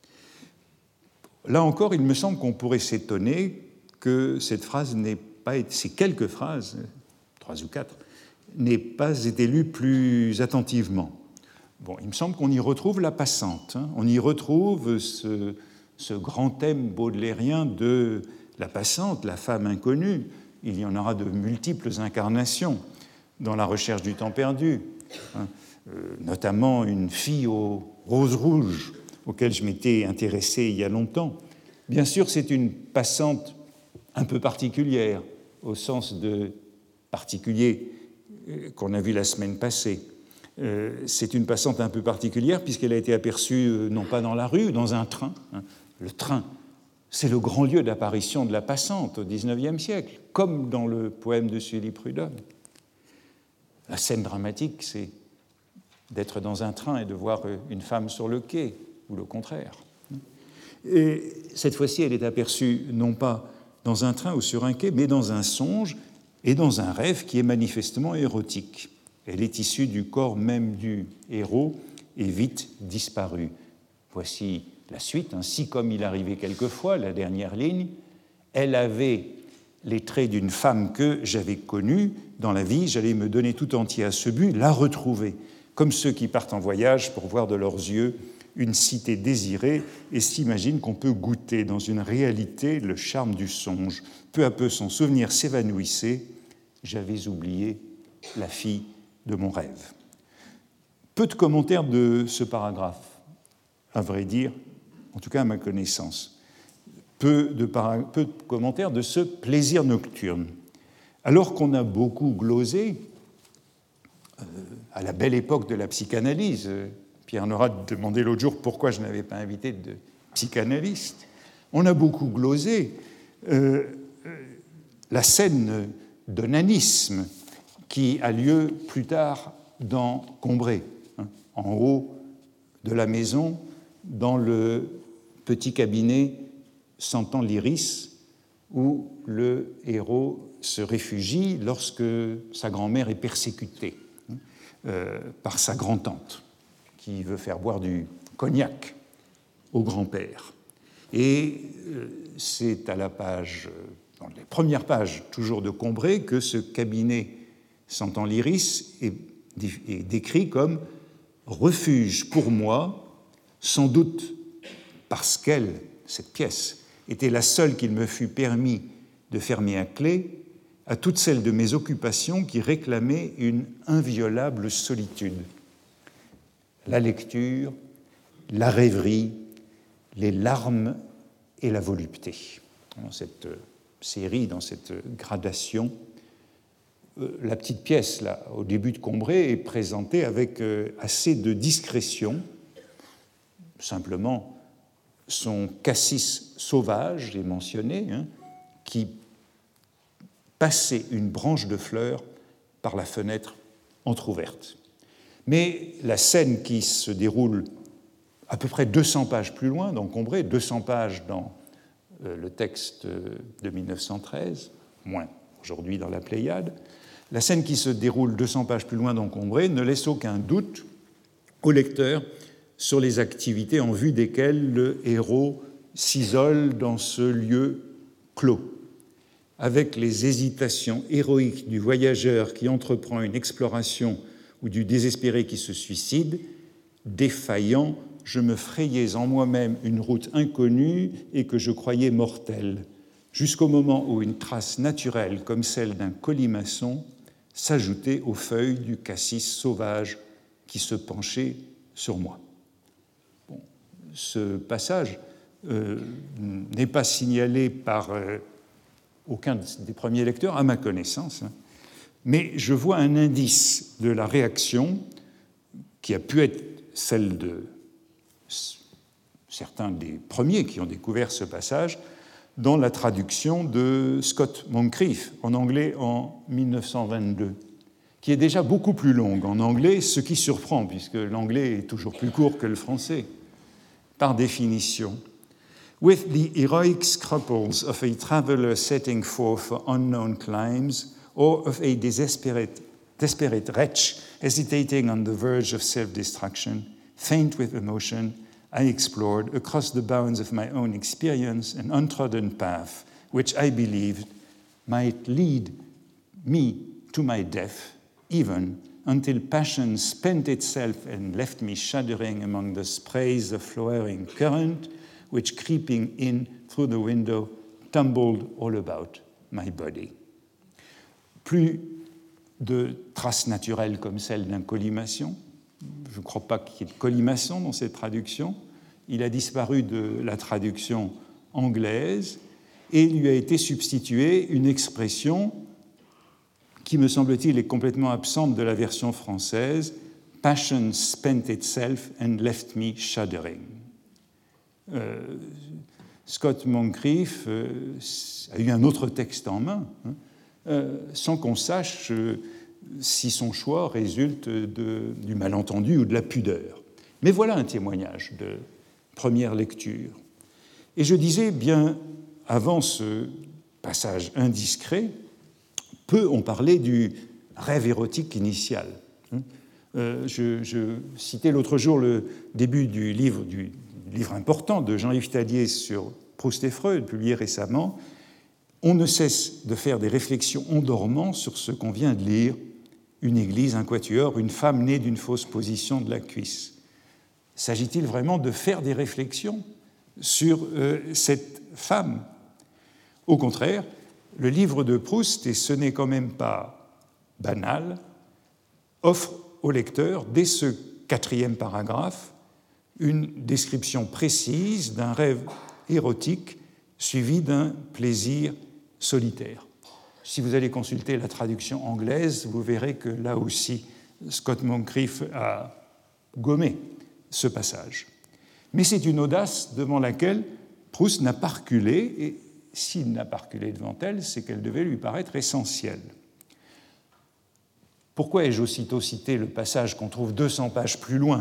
Là encore, il me semble qu'on pourrait s'étonner que cette phrase n'ait pas été, ces quelques phrases, 3 ou 4, n'aient pas été lues plus attentivement. Bon, il me semble qu'on y retrouve la passante, on y retrouve ce grand thème baudelairien de la passante, la femme inconnue. Il y en aura de multiples incarnations dans La recherche du temps perdu, notamment une fille aux roses rouges, auquel je m'étais intéressé il y a longtemps. Bien sûr, c'est une passante un peu particulière, au sens de particulier qu'on a vu la semaine passée. C'est une passante un peu particulière puisqu'elle a été aperçue non pas dans la rue, dans un train. Le train, c'est le grand lieu d'apparition de la passante au XIXe siècle, comme dans le poème de Sully Prudhomme. La scène dramatique, c'est d'être dans un train et de voir une femme sur le quai, ou le contraire. Et cette fois-ci, elle est aperçue non pas dans un train ou sur un quai, mais dans un songe et dans un rêve qui est manifestement érotique. Elle est issue du corps même du héros et vite disparue. Voici la suite, ainsi comme il arrivait quelquefois, la dernière ligne. Elle avait les traits d'une femme que j'avais connue dans la vie, j'allais me donner tout entier à ce but, la retrouver, comme ceux qui partent en voyage pour voir de leurs yeux une cité désirée et s'imaginent qu'on peut goûter dans une réalité le charme du songe. Peu à peu, son souvenir s'évanouissait. J'avais oublié la fille de mon rêve. Peu de commentaires de ce paragraphe, à vrai dire, en tout cas à ma connaissance. Peu de commentaires de ce plaisir nocturne. Alors qu'on a beaucoup glosé, à la belle époque de la psychanalyse, Pierre Nora demandait l'autre jour pourquoi je n'avais pas invité de psychanalyste, on a beaucoup glosé la scène d'onanisme qui a lieu plus tard dans Combray, en haut de la maison, dans le petit cabinet sentant l'iris, où le héros se réfugie lorsque sa grand-mère est persécutée par sa grand-tante, qui veut faire boire du cognac au grand-père. Et c'est à la page, dans les premières pages toujours de Combray, que ce cabinet sentant l'iris est décrit comme refuge pour moi, sans doute parce qu'elle, cette pièce, était la seule qu'il me fut permis de fermer à clé à toutes celles de mes occupations qui réclamaient une inviolable solitude. La lecture, la rêverie, les larmes et la volupté. Dans cette série, dans cette gradation, la petite pièce, là, au début de Combray, est présentée avec assez de discrétion. Simplement, son cassis sauvage est mentionné, qui passait une branche de fleurs par la fenêtre entr'ouverte. Mais la scène qui se déroule à peu près 200 pages plus loin dans Combray, 200 pages dans le texte de 1913, moins aujourd'hui dans la Pléiade, la scène qui se déroule 200 pages plus loin dans Combray ne laisse aucun doute au lecteur sur les activités en vue desquelles le héros s'isole dans ce lieu clos, avec les hésitations héroïques du voyageur qui entreprend une exploration ou du désespéré qui se suicide, défaillant, je me frayais en moi-même une route inconnue et que je croyais mortelle, jusqu'au moment où une trace naturelle comme celle d'un colimaçon s'ajoutait aux feuilles du cassis sauvage qui se penchait sur moi. Bon, ce passage n'est pas signalé par aucun des premiers lecteurs, à ma connaissance, mais je vois un indice de la réaction qui a pu être celle de certains des premiers qui ont découvert ce passage dans la traduction de Scott Moncrief en anglais en 1922, qui est déjà beaucoup plus longue en anglais, ce qui surprend, puisque l'anglais est toujours plus court que le français, par définition. With the heroic scruples of a traveler setting forth for unknown climes, or of a desperate wretch hesitating on the verge of self-destruction, faint with emotion, I explored across the bounds of my own experience an untrodden path which I believed might lead me to my death, even until passion spent itself and left me shuddering among the sprays of flowering current, which creeping in through the window tumbled all about my body. Plus de traces naturelles comme celle d'un collimation. Je ne crois pas qu'il y ait de collimation dans cette traduction. Il a disparu de la traduction anglaise et il lui a été substituée une expression qui, me semble-t-il, est complètement absente de la version française, « Passion spent itself and left me shuddering ». Scott Moncrief a eu un autre texte en main, sans qu'on sache si son choix résulte du malentendu ou de la pudeur. Mais voilà un témoignage de première lecture. Et je disais, bien avant ce passage indiscret, peu ont parlé du rêve érotique initial. Je citais l'autre jour le début du livre important de Jean-Yves Tadier sur Proust et Freud, publié récemment. On ne cesse de faire des réflexions en dormant sur ce qu'on vient de lire, une église, un quatuor, une femme née d'une fausse position de la cuisse. S'agit-il vraiment de faire des réflexions sur cette femme? Au contraire, le livre de Proust, et ce n'est quand même pas banal, offre au lecteur, dès ce 4e paragraphe, une description précise d'un rêve érotique suivi d'un plaisir solitaire. Si vous allez consulter la traduction anglaise, vous verrez que là aussi, Scott Moncrief a gommé ce passage. Mais c'est une audace devant laquelle Proust n'a pas reculé, et s'il n'a pas reculé devant elle, c'est qu'elle devait lui paraître essentielle. Pourquoi ai-je aussitôt cité le passage qu'on trouve 200 pages plus loin,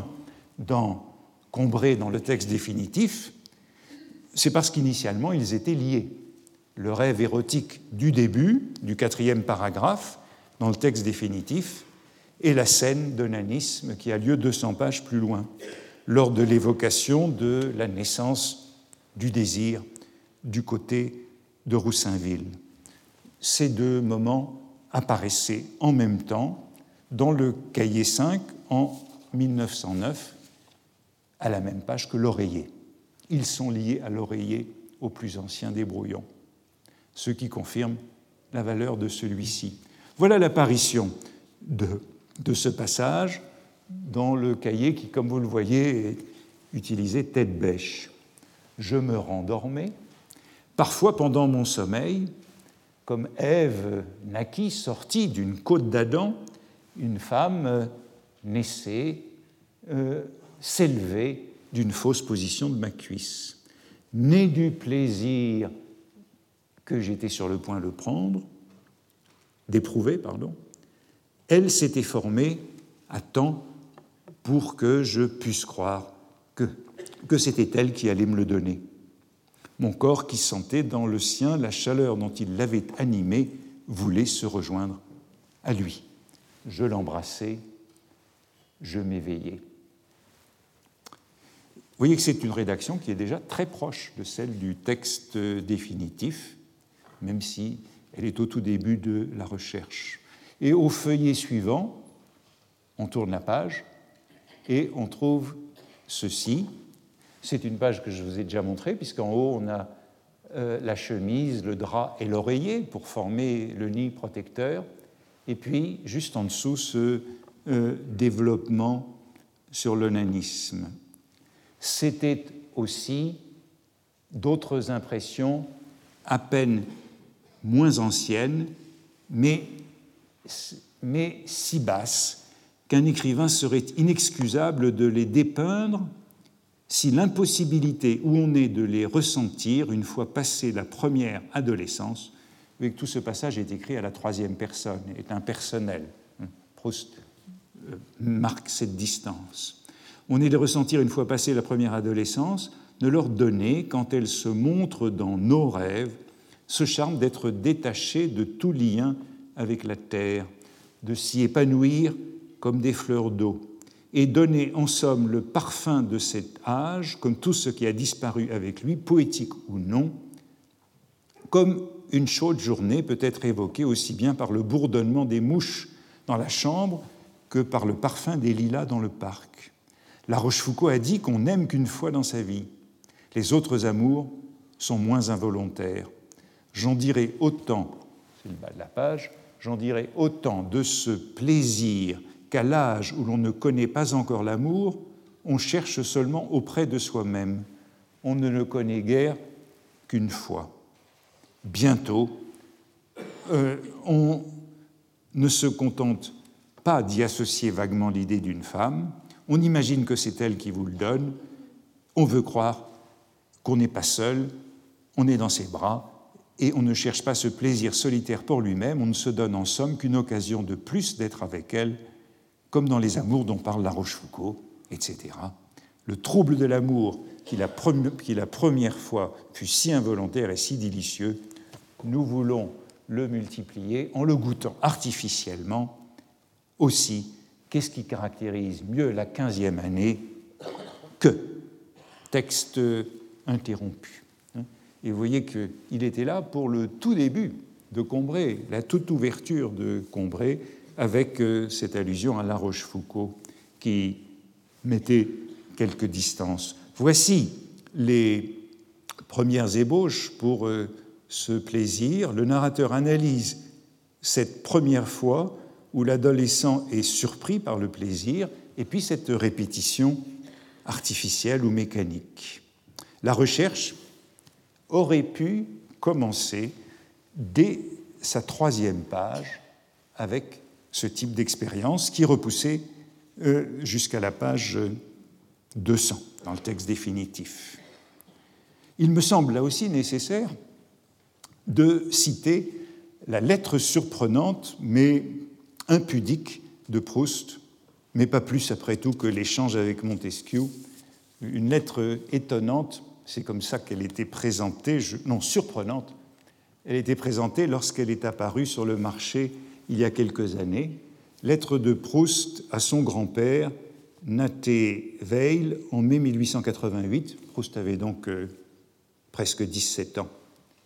Combré dans le texte définitif? C'est parce qu'initialement, ils étaient liés. Le rêve érotique du début, du 4e paragraphe, dans le texte définitif, et la scène d'onanisme qui a lieu 200 pages plus loin, lors de l'évocation de la naissance du désir du côté de Roussainville. Ces deux moments apparaissaient en même temps dans le cahier 5 en 1909, à la même page que l'oreiller. Ils sont liés à l'oreiller au plus ancien des brouillons, ce qui confirme la valeur de celui-ci. Voilà l'apparition de ce passage dans le cahier qui, comme vous le voyez, est utilisé tête bêche. Je me rendormais, parfois pendant mon sommeil, comme Ève naquit, sortie d'une côte d'Adam, une femme naissait, s'élevait d'une fausse position de ma cuisse. Née du plaisir que j'étais sur le point d'éprouver, elle s'était formée à temps pour que je puisse croire que c'était elle qui allait me le donner. Mon corps, qui sentait dans le sien la chaleur dont il l'avait animé, voulait se rejoindre à lui. Je l'embrassai, je m'éveillai. Vous voyez que c'est une rédaction qui est déjà très proche de celle du texte définitif, même si elle est au tout début de la recherche. Et au feuillet suivant, on tourne la page et on trouve ceci. C'est une page que je vous ai déjà montrée, puisqu'en haut, on a la chemise, le drap et l'oreiller pour former le nid protecteur. Et puis, juste en dessous, ce développement sur l'onanisme. C'était aussi d'autres impressions à peine moins anciennes, mais si basses qu'un écrivain serait inexcusable de les dépeindre si l'impossibilité où on est de les ressentir une fois passée la première adolescence, vu que tout ce passage est écrit à la 3e personne, est impersonnel. Proust marque cette distance. On est de ressentir, une fois passée la première adolescence, de leur donner, quand elles se montrent dans nos rêves, ce charme d'être détachées de tout lien avec la terre, de s'y épanouir comme des fleurs d'eau, et donner en somme le parfum de cet âge, comme tout ce qui a disparu avec lui, poétique ou non, comme une chaude journée peut être évoquée aussi bien par le bourdonnement des mouches dans la chambre que par le parfum des lilas dans le parc. La Rochefoucauld a dit qu'on n'aime qu'une fois dans sa vie. Les autres amours sont moins involontaires. J'en dirai autant, c'est le bas de la page, j'en dirai autant de ce plaisir qu'à l'âge où l'on ne connaît pas encore l'amour, on cherche seulement auprès de soi-même. On ne le connaît guère qu'une fois. Bientôt, on ne se contente pas d'y associer vaguement l'idée d'une femme, on imagine que c'est elle qui vous le donne, on veut croire qu'on n'est pas seul, on est dans ses bras, et on ne cherche pas ce plaisir solitaire pour lui-même, on ne se donne en somme qu'une occasion de plus d'être avec elle, comme dans les amours dont parle La Rochefoucauld, etc. Le trouble de l'amour, qui la première fois fut si involontaire et si délicieux, nous voulons le multiplier en le goûtant artificiellement aussi. Qu'est-ce qui caractérise mieux la 15e année que texte interrompu? Et vous voyez qu'il était là pour le tout début de Combray, la toute ouverture de Combray, avec cette allusion à La Rochefoucauld qui mettait quelques distances. Voici les premières ébauches pour ce plaisir. Le narrateur analyse cette première fois où l'adolescent est surpris par le plaisir, et puis cette répétition artificielle ou mécanique. La recherche aurait pu commencer dès sa 3e page avec ce type d'expérience qui repoussait jusqu'à la page 200 dans le texte définitif. Il me semble là aussi nécessaire de citer la lettre surprenante mais impudique de Proust, mais pas plus après tout que l'échange avec Montesquieu, une lettre étonnante, c'est comme ça qu'elle était présentée, surprenante, elle était présentée lorsqu'elle est apparue sur le marché il y a quelques années, lettre de Proust à son grand-père, Nathé Weil, en mai 1888. Proust avait donc presque 17 ans.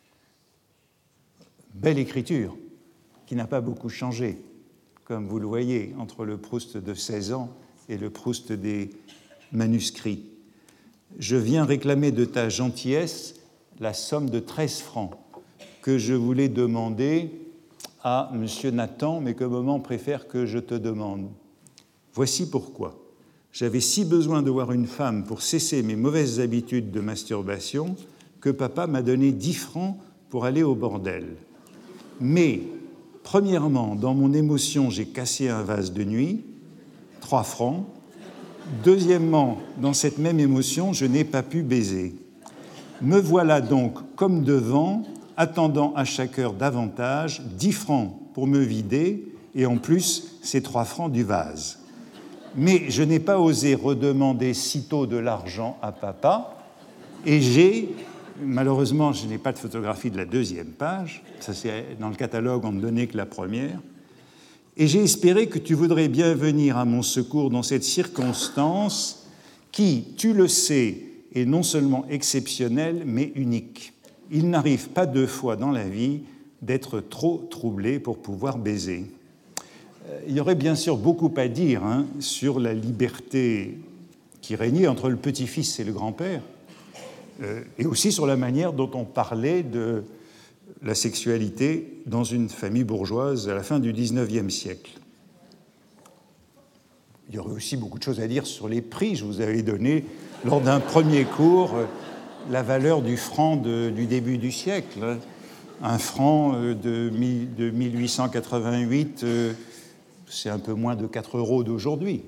Belle écriture, qui n'a pas beaucoup changé, comme vous le voyez, entre le Proust de 16 ans et le Proust des manuscrits. Je viens réclamer de ta gentillesse la somme de 13 francs que je voulais demander à M. Nathan, mais que maman préfère que je te demande. Voici pourquoi. J'avais si besoin de voir une femme pour cesser mes mauvaises habitudes de masturbation que papa m'a donné 10 francs pour aller au bordel. Mais, premièrement, dans mon émotion, j'ai cassé un vase de nuit, 3 francs. Deuxièmement, dans cette même émotion, je n'ai pas pu baiser. Me voilà donc, comme devant, attendant à chaque heure davantage, 10 francs pour me vider, et en plus, ces 3 francs du vase. Mais je n'ai pas osé redemander sitôt de l'argent à papa, et malheureusement, je n'ai pas de photographie de la 2e page, ça c'est dans le catalogue, on ne donnait que la première, et j'ai espéré que tu voudrais bien venir à mon secours dans cette circonstance qui, tu le sais, est non seulement exceptionnelle, mais unique. Il n'arrive pas 2 fois dans la vie d'être trop troublé pour pouvoir baiser. Il y aurait bien sûr beaucoup à dire sur la liberté qui régnait entre le petit-fils et le grand-père, et aussi sur la manière dont on parlait de la sexualité dans une famille bourgeoise à la fin du XIXe siècle. Il y aurait aussi beaucoup de choses à dire sur les prix. Je vous avais donné, lors d'un premier cours, la valeur du franc du début du siècle. Un franc de 1888, c'est un peu moins de 4 € d'aujourd'hui.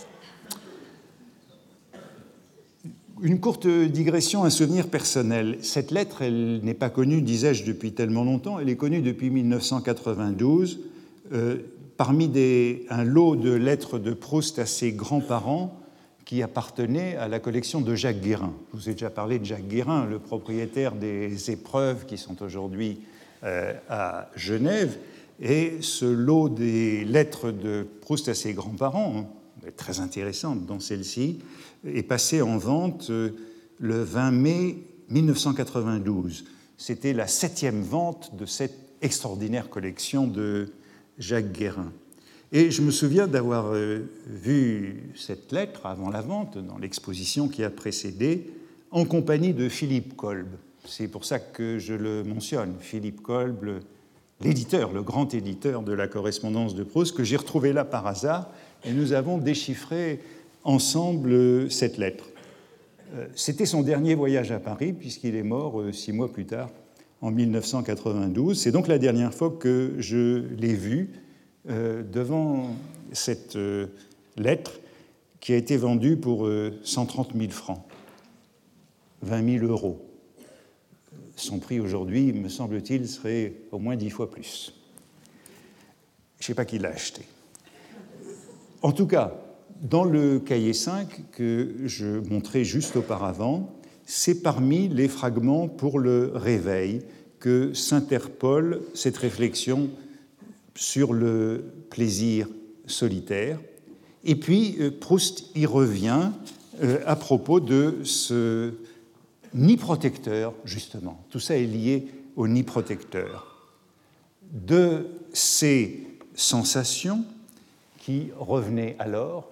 Une courte digression, un souvenir personnel. Cette lettre, elle n'est pas connue, disais-je, depuis tellement longtemps. Elle est connue depuis 1992 parmi un lot de lettres de Proust à ses grands-parents qui appartenaient à la collection de Jacques Guérin. Je vous ai déjà parlé de Jacques Guérin, le propriétaire des épreuves qui sont aujourd'hui à Genève. Et ce lot des lettres de Proust à ses grands-parents, très intéressante dont celle-ci, est passé en vente le 20 mai 1992. C'était la 7e vente de cette extraordinaire collection de Jacques Guérin. Et je me souviens d'avoir vu cette lettre avant la vente, dans l'exposition qui a précédé, en compagnie de Philippe Kolb. C'est pour ça que je le mentionne, Philippe Kolb, l'éditeur, le grand éditeur de la correspondance de Proust, que j'ai retrouvé là par hasard, et nous avons déchiffré ensemble cette lettre. C'était son dernier voyage à Paris, puisqu'il est mort 6 mois plus tard, en 1992. C'est donc la dernière fois que je l'ai vu devant cette lettre qui a été vendue pour 130 000 francs, 20 000 euros. Son prix aujourd'hui, me semble-t-il, serait au moins 10 fois plus. Je ne sais pas qui l'a acheté. En tout cas, dans le cahier 5 que je montrais juste auparavant, c'est parmi les fragments pour le réveil que s'interpole cette réflexion sur le plaisir solitaire. Et puis, Proust y revient à propos de ce nid protecteur, justement. Tout ça est lié au nid protecteur. De ces sensations qui revenaient alors,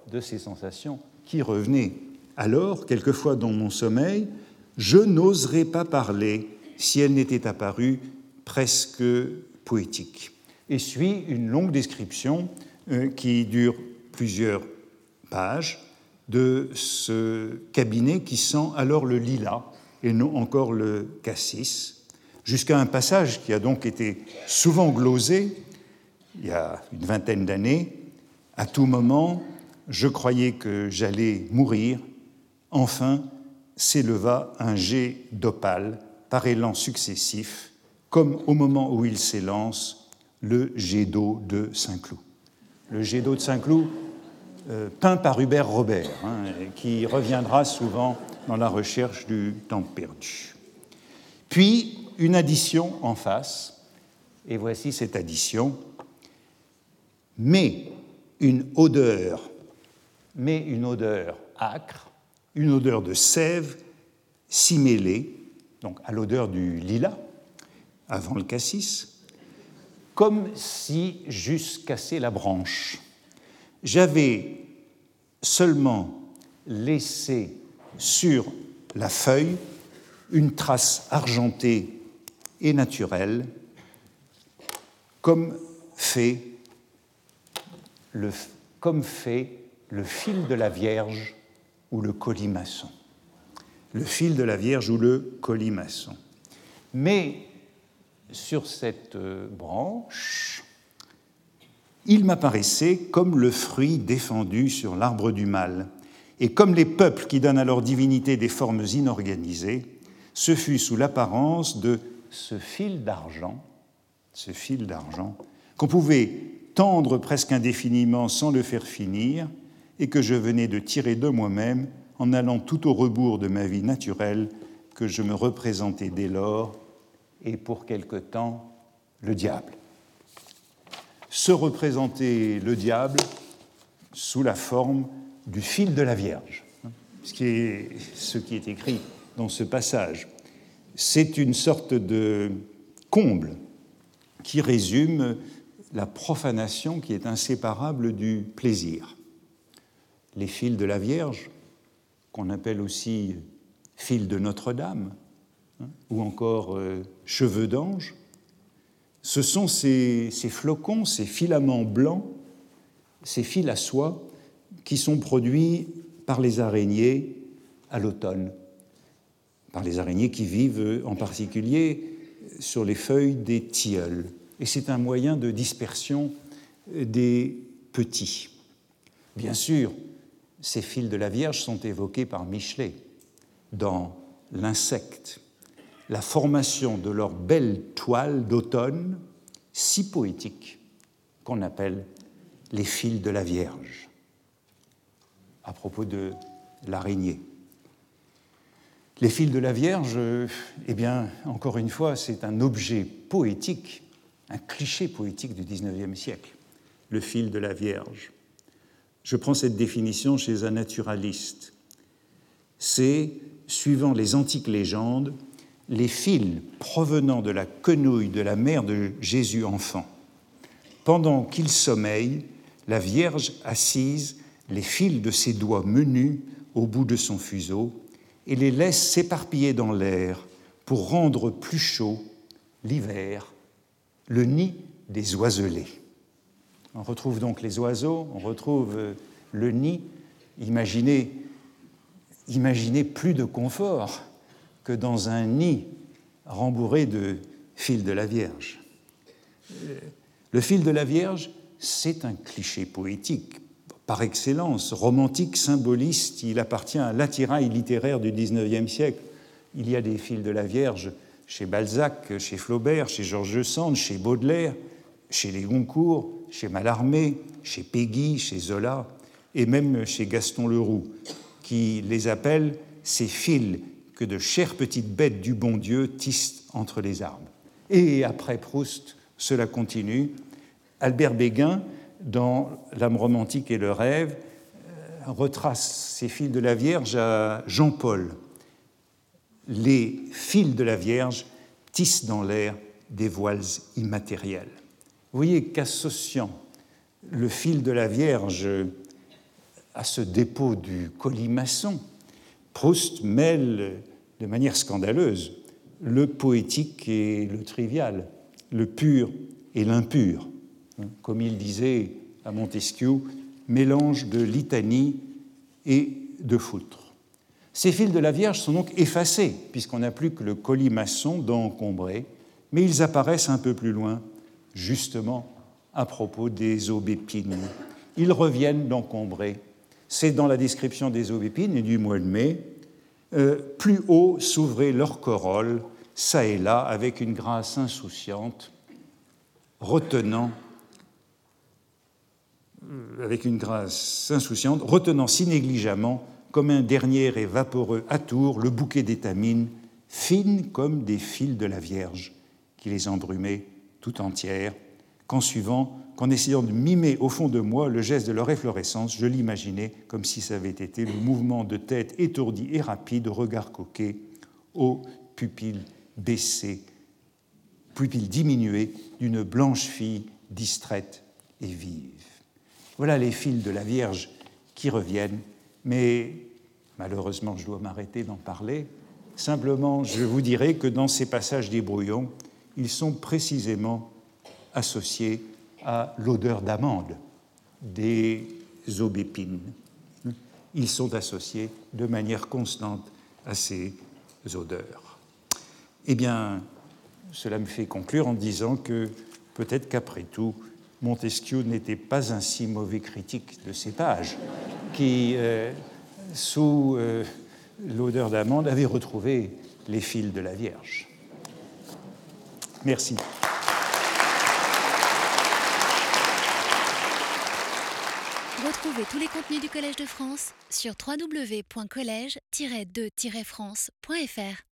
quelquefois dans mon sommeil, je n'oserais pas parler si elles n'étaient apparues presque poétiques. Et suit une longue description qui dure plusieurs pages de ce cabinet qui sent alors le lilas et non encore le cassis, jusqu'à un passage qui a donc été souvent glosé il y a une vingtaine d'années. À tout moment, je croyais que j'allais mourir. Enfin, s'éleva un jet d'opale par élans successifs, comme au moment où il s'élance le jet d'eau de Saint-Cloud. Le jet d'eau de Saint-Cloud, peint par Hubert Robert, qui reviendra souvent dans la recherche du temps perdu. Puis, une addition en face, et voici cette addition, mais une odeur âcre, une odeur de sève s'y mêlée, donc à l'odeur du lilas, avant le cassis, comme si j'eusse cassé la branche. J'avais seulement laissé sur la feuille une trace argentée et naturelle, comme fait le fil de la Vierge ou le colimaçon. Le fil de la Vierge ou le colimaçon. Mais sur cette branche, il m'apparaissait comme le fruit défendu sur l'arbre du mal. Et comme les peuples qui donnent à leur divinité des formes inorganisées, ce fut sous l'apparence de ce fil d'argent qu'on pouvait tendre presque indéfiniment sans le faire finir, et que je venais de tirer de moi-même en allant tout au rebours de ma vie naturelle, que je me représentais dès lors, et pour quelque temps, le diable. Se représenter le diable sous la forme du fil de la Vierge, ce qui est écrit dans ce passage. C'est une sorte de comble qui résume la profanation qui est inséparable du plaisir. Les fils de la Vierge, qu'on appelle aussi fils de Notre-Dame, ou encore cheveux d'ange, ce sont ces flocons, ces filaments blancs, ces fils à soie qui sont produits par les araignées à l'automne, par les araignées qui vivent en particulier sur les feuilles des tilleuls. Et c'est un moyen de dispersion des petits. Bien sûr, ces fils de la Vierge sont évoqués par Michelet dans L'Insecte, la formation de leur belle toile d'automne, si poétique, qu'on appelle les fils de la Vierge, à propos de l'araignée. Les fils de la Vierge, eh bien, encore une fois, c'est un objet poétique, un cliché poétique du XIXe siècle, le fil de la Vierge. Je prends cette définition chez un naturaliste. C'est, suivant les antiques légendes, les fils provenant de la quenouille de la mère de Jésus enfant. Pendant qu'il sommeille, la Vierge assise les fils de ses doigts menus au bout de son fuseau et les laisse s'éparpiller dans l'air pour rendre plus chaud, l'hiver, le nid des oiselets. On retrouve donc les oiseaux, on retrouve le nid. Imaginez plus de confort que dans un nid rembourré de fils de la Vierge. Le fil de la Vierge, c'est un cliché poétique par excellence, romantique, symboliste. Il appartient à l'attirail littéraire du XIXe siècle. Il y a des fils de la Vierge chez Balzac, chez Flaubert, chez Georges Sand, chez Baudelaire, chez les Goncourt, chez Mallarmé, chez Péguy, chez Zola, et même chez Gaston Leroux, qui les appelle ces fils que de chères petites bêtes du bon Dieu tissent entre les arbres. Et après Proust, cela continue. Albert Béguin, dans L'âme romantique et le rêve, retrace ces fils de la Vierge à Jean-Paul. Les fils de la Vierge tissent dans l'air des voiles immatériels. Vous voyez qu'associant le fil de la Vierge à ce dépôt du colimaçon, Proust mêle de manière scandaleuse le poétique et le trivial, le pur et l'impur. Comme il disait à Montesquieu, mélange de litanie et de foutre. Ces fils de la Vierge sont donc effacés, puisqu'on n'a plus que le colimaçon d'encombrer, mais ils apparaissent un peu plus loin, justement à propos des aubépines. Ils reviennent d'encombrer. C'est dans la description des aubépines et du mois de mai. Plus haut s'ouvrait leur corolle, çà et là, avec une grâce insouciante, retenant si négligemment, comme un dernier et vaporeux atour, le bouquet d'étamines, fines comme des fils de la Vierge, qui les embrumaient tout entières, qu'en essayant de mimer au fond de moi le geste de leur efflorescence, je l'imaginais comme si ça avait été le mouvement de tête étourdi et rapide, au regard coquet, aux pupilles baissées, pupilles diminuées d'une blanche fille distraite et vive. Voilà les fils de la Vierge qui reviennent, mais malheureusement je dois m'arrêter d'en parler. Simplement, je vous dirai que dans ces passages des brouillons, ils sont précisément associés à l'odeur d'amande des aubépines. Ils sont associés de manière constante à ces odeurs. Eh bien, cela me fait conclure en disant que peut-être qu'après tout, Montesquieu n'était pas un si mauvais critique de ces pages, qui, sous l'odeur d'amande, avait retrouvé les fils de la Vierge. Merci. Retrouvez tous les contenus du Collège de France sur www.collège-2-france.fr.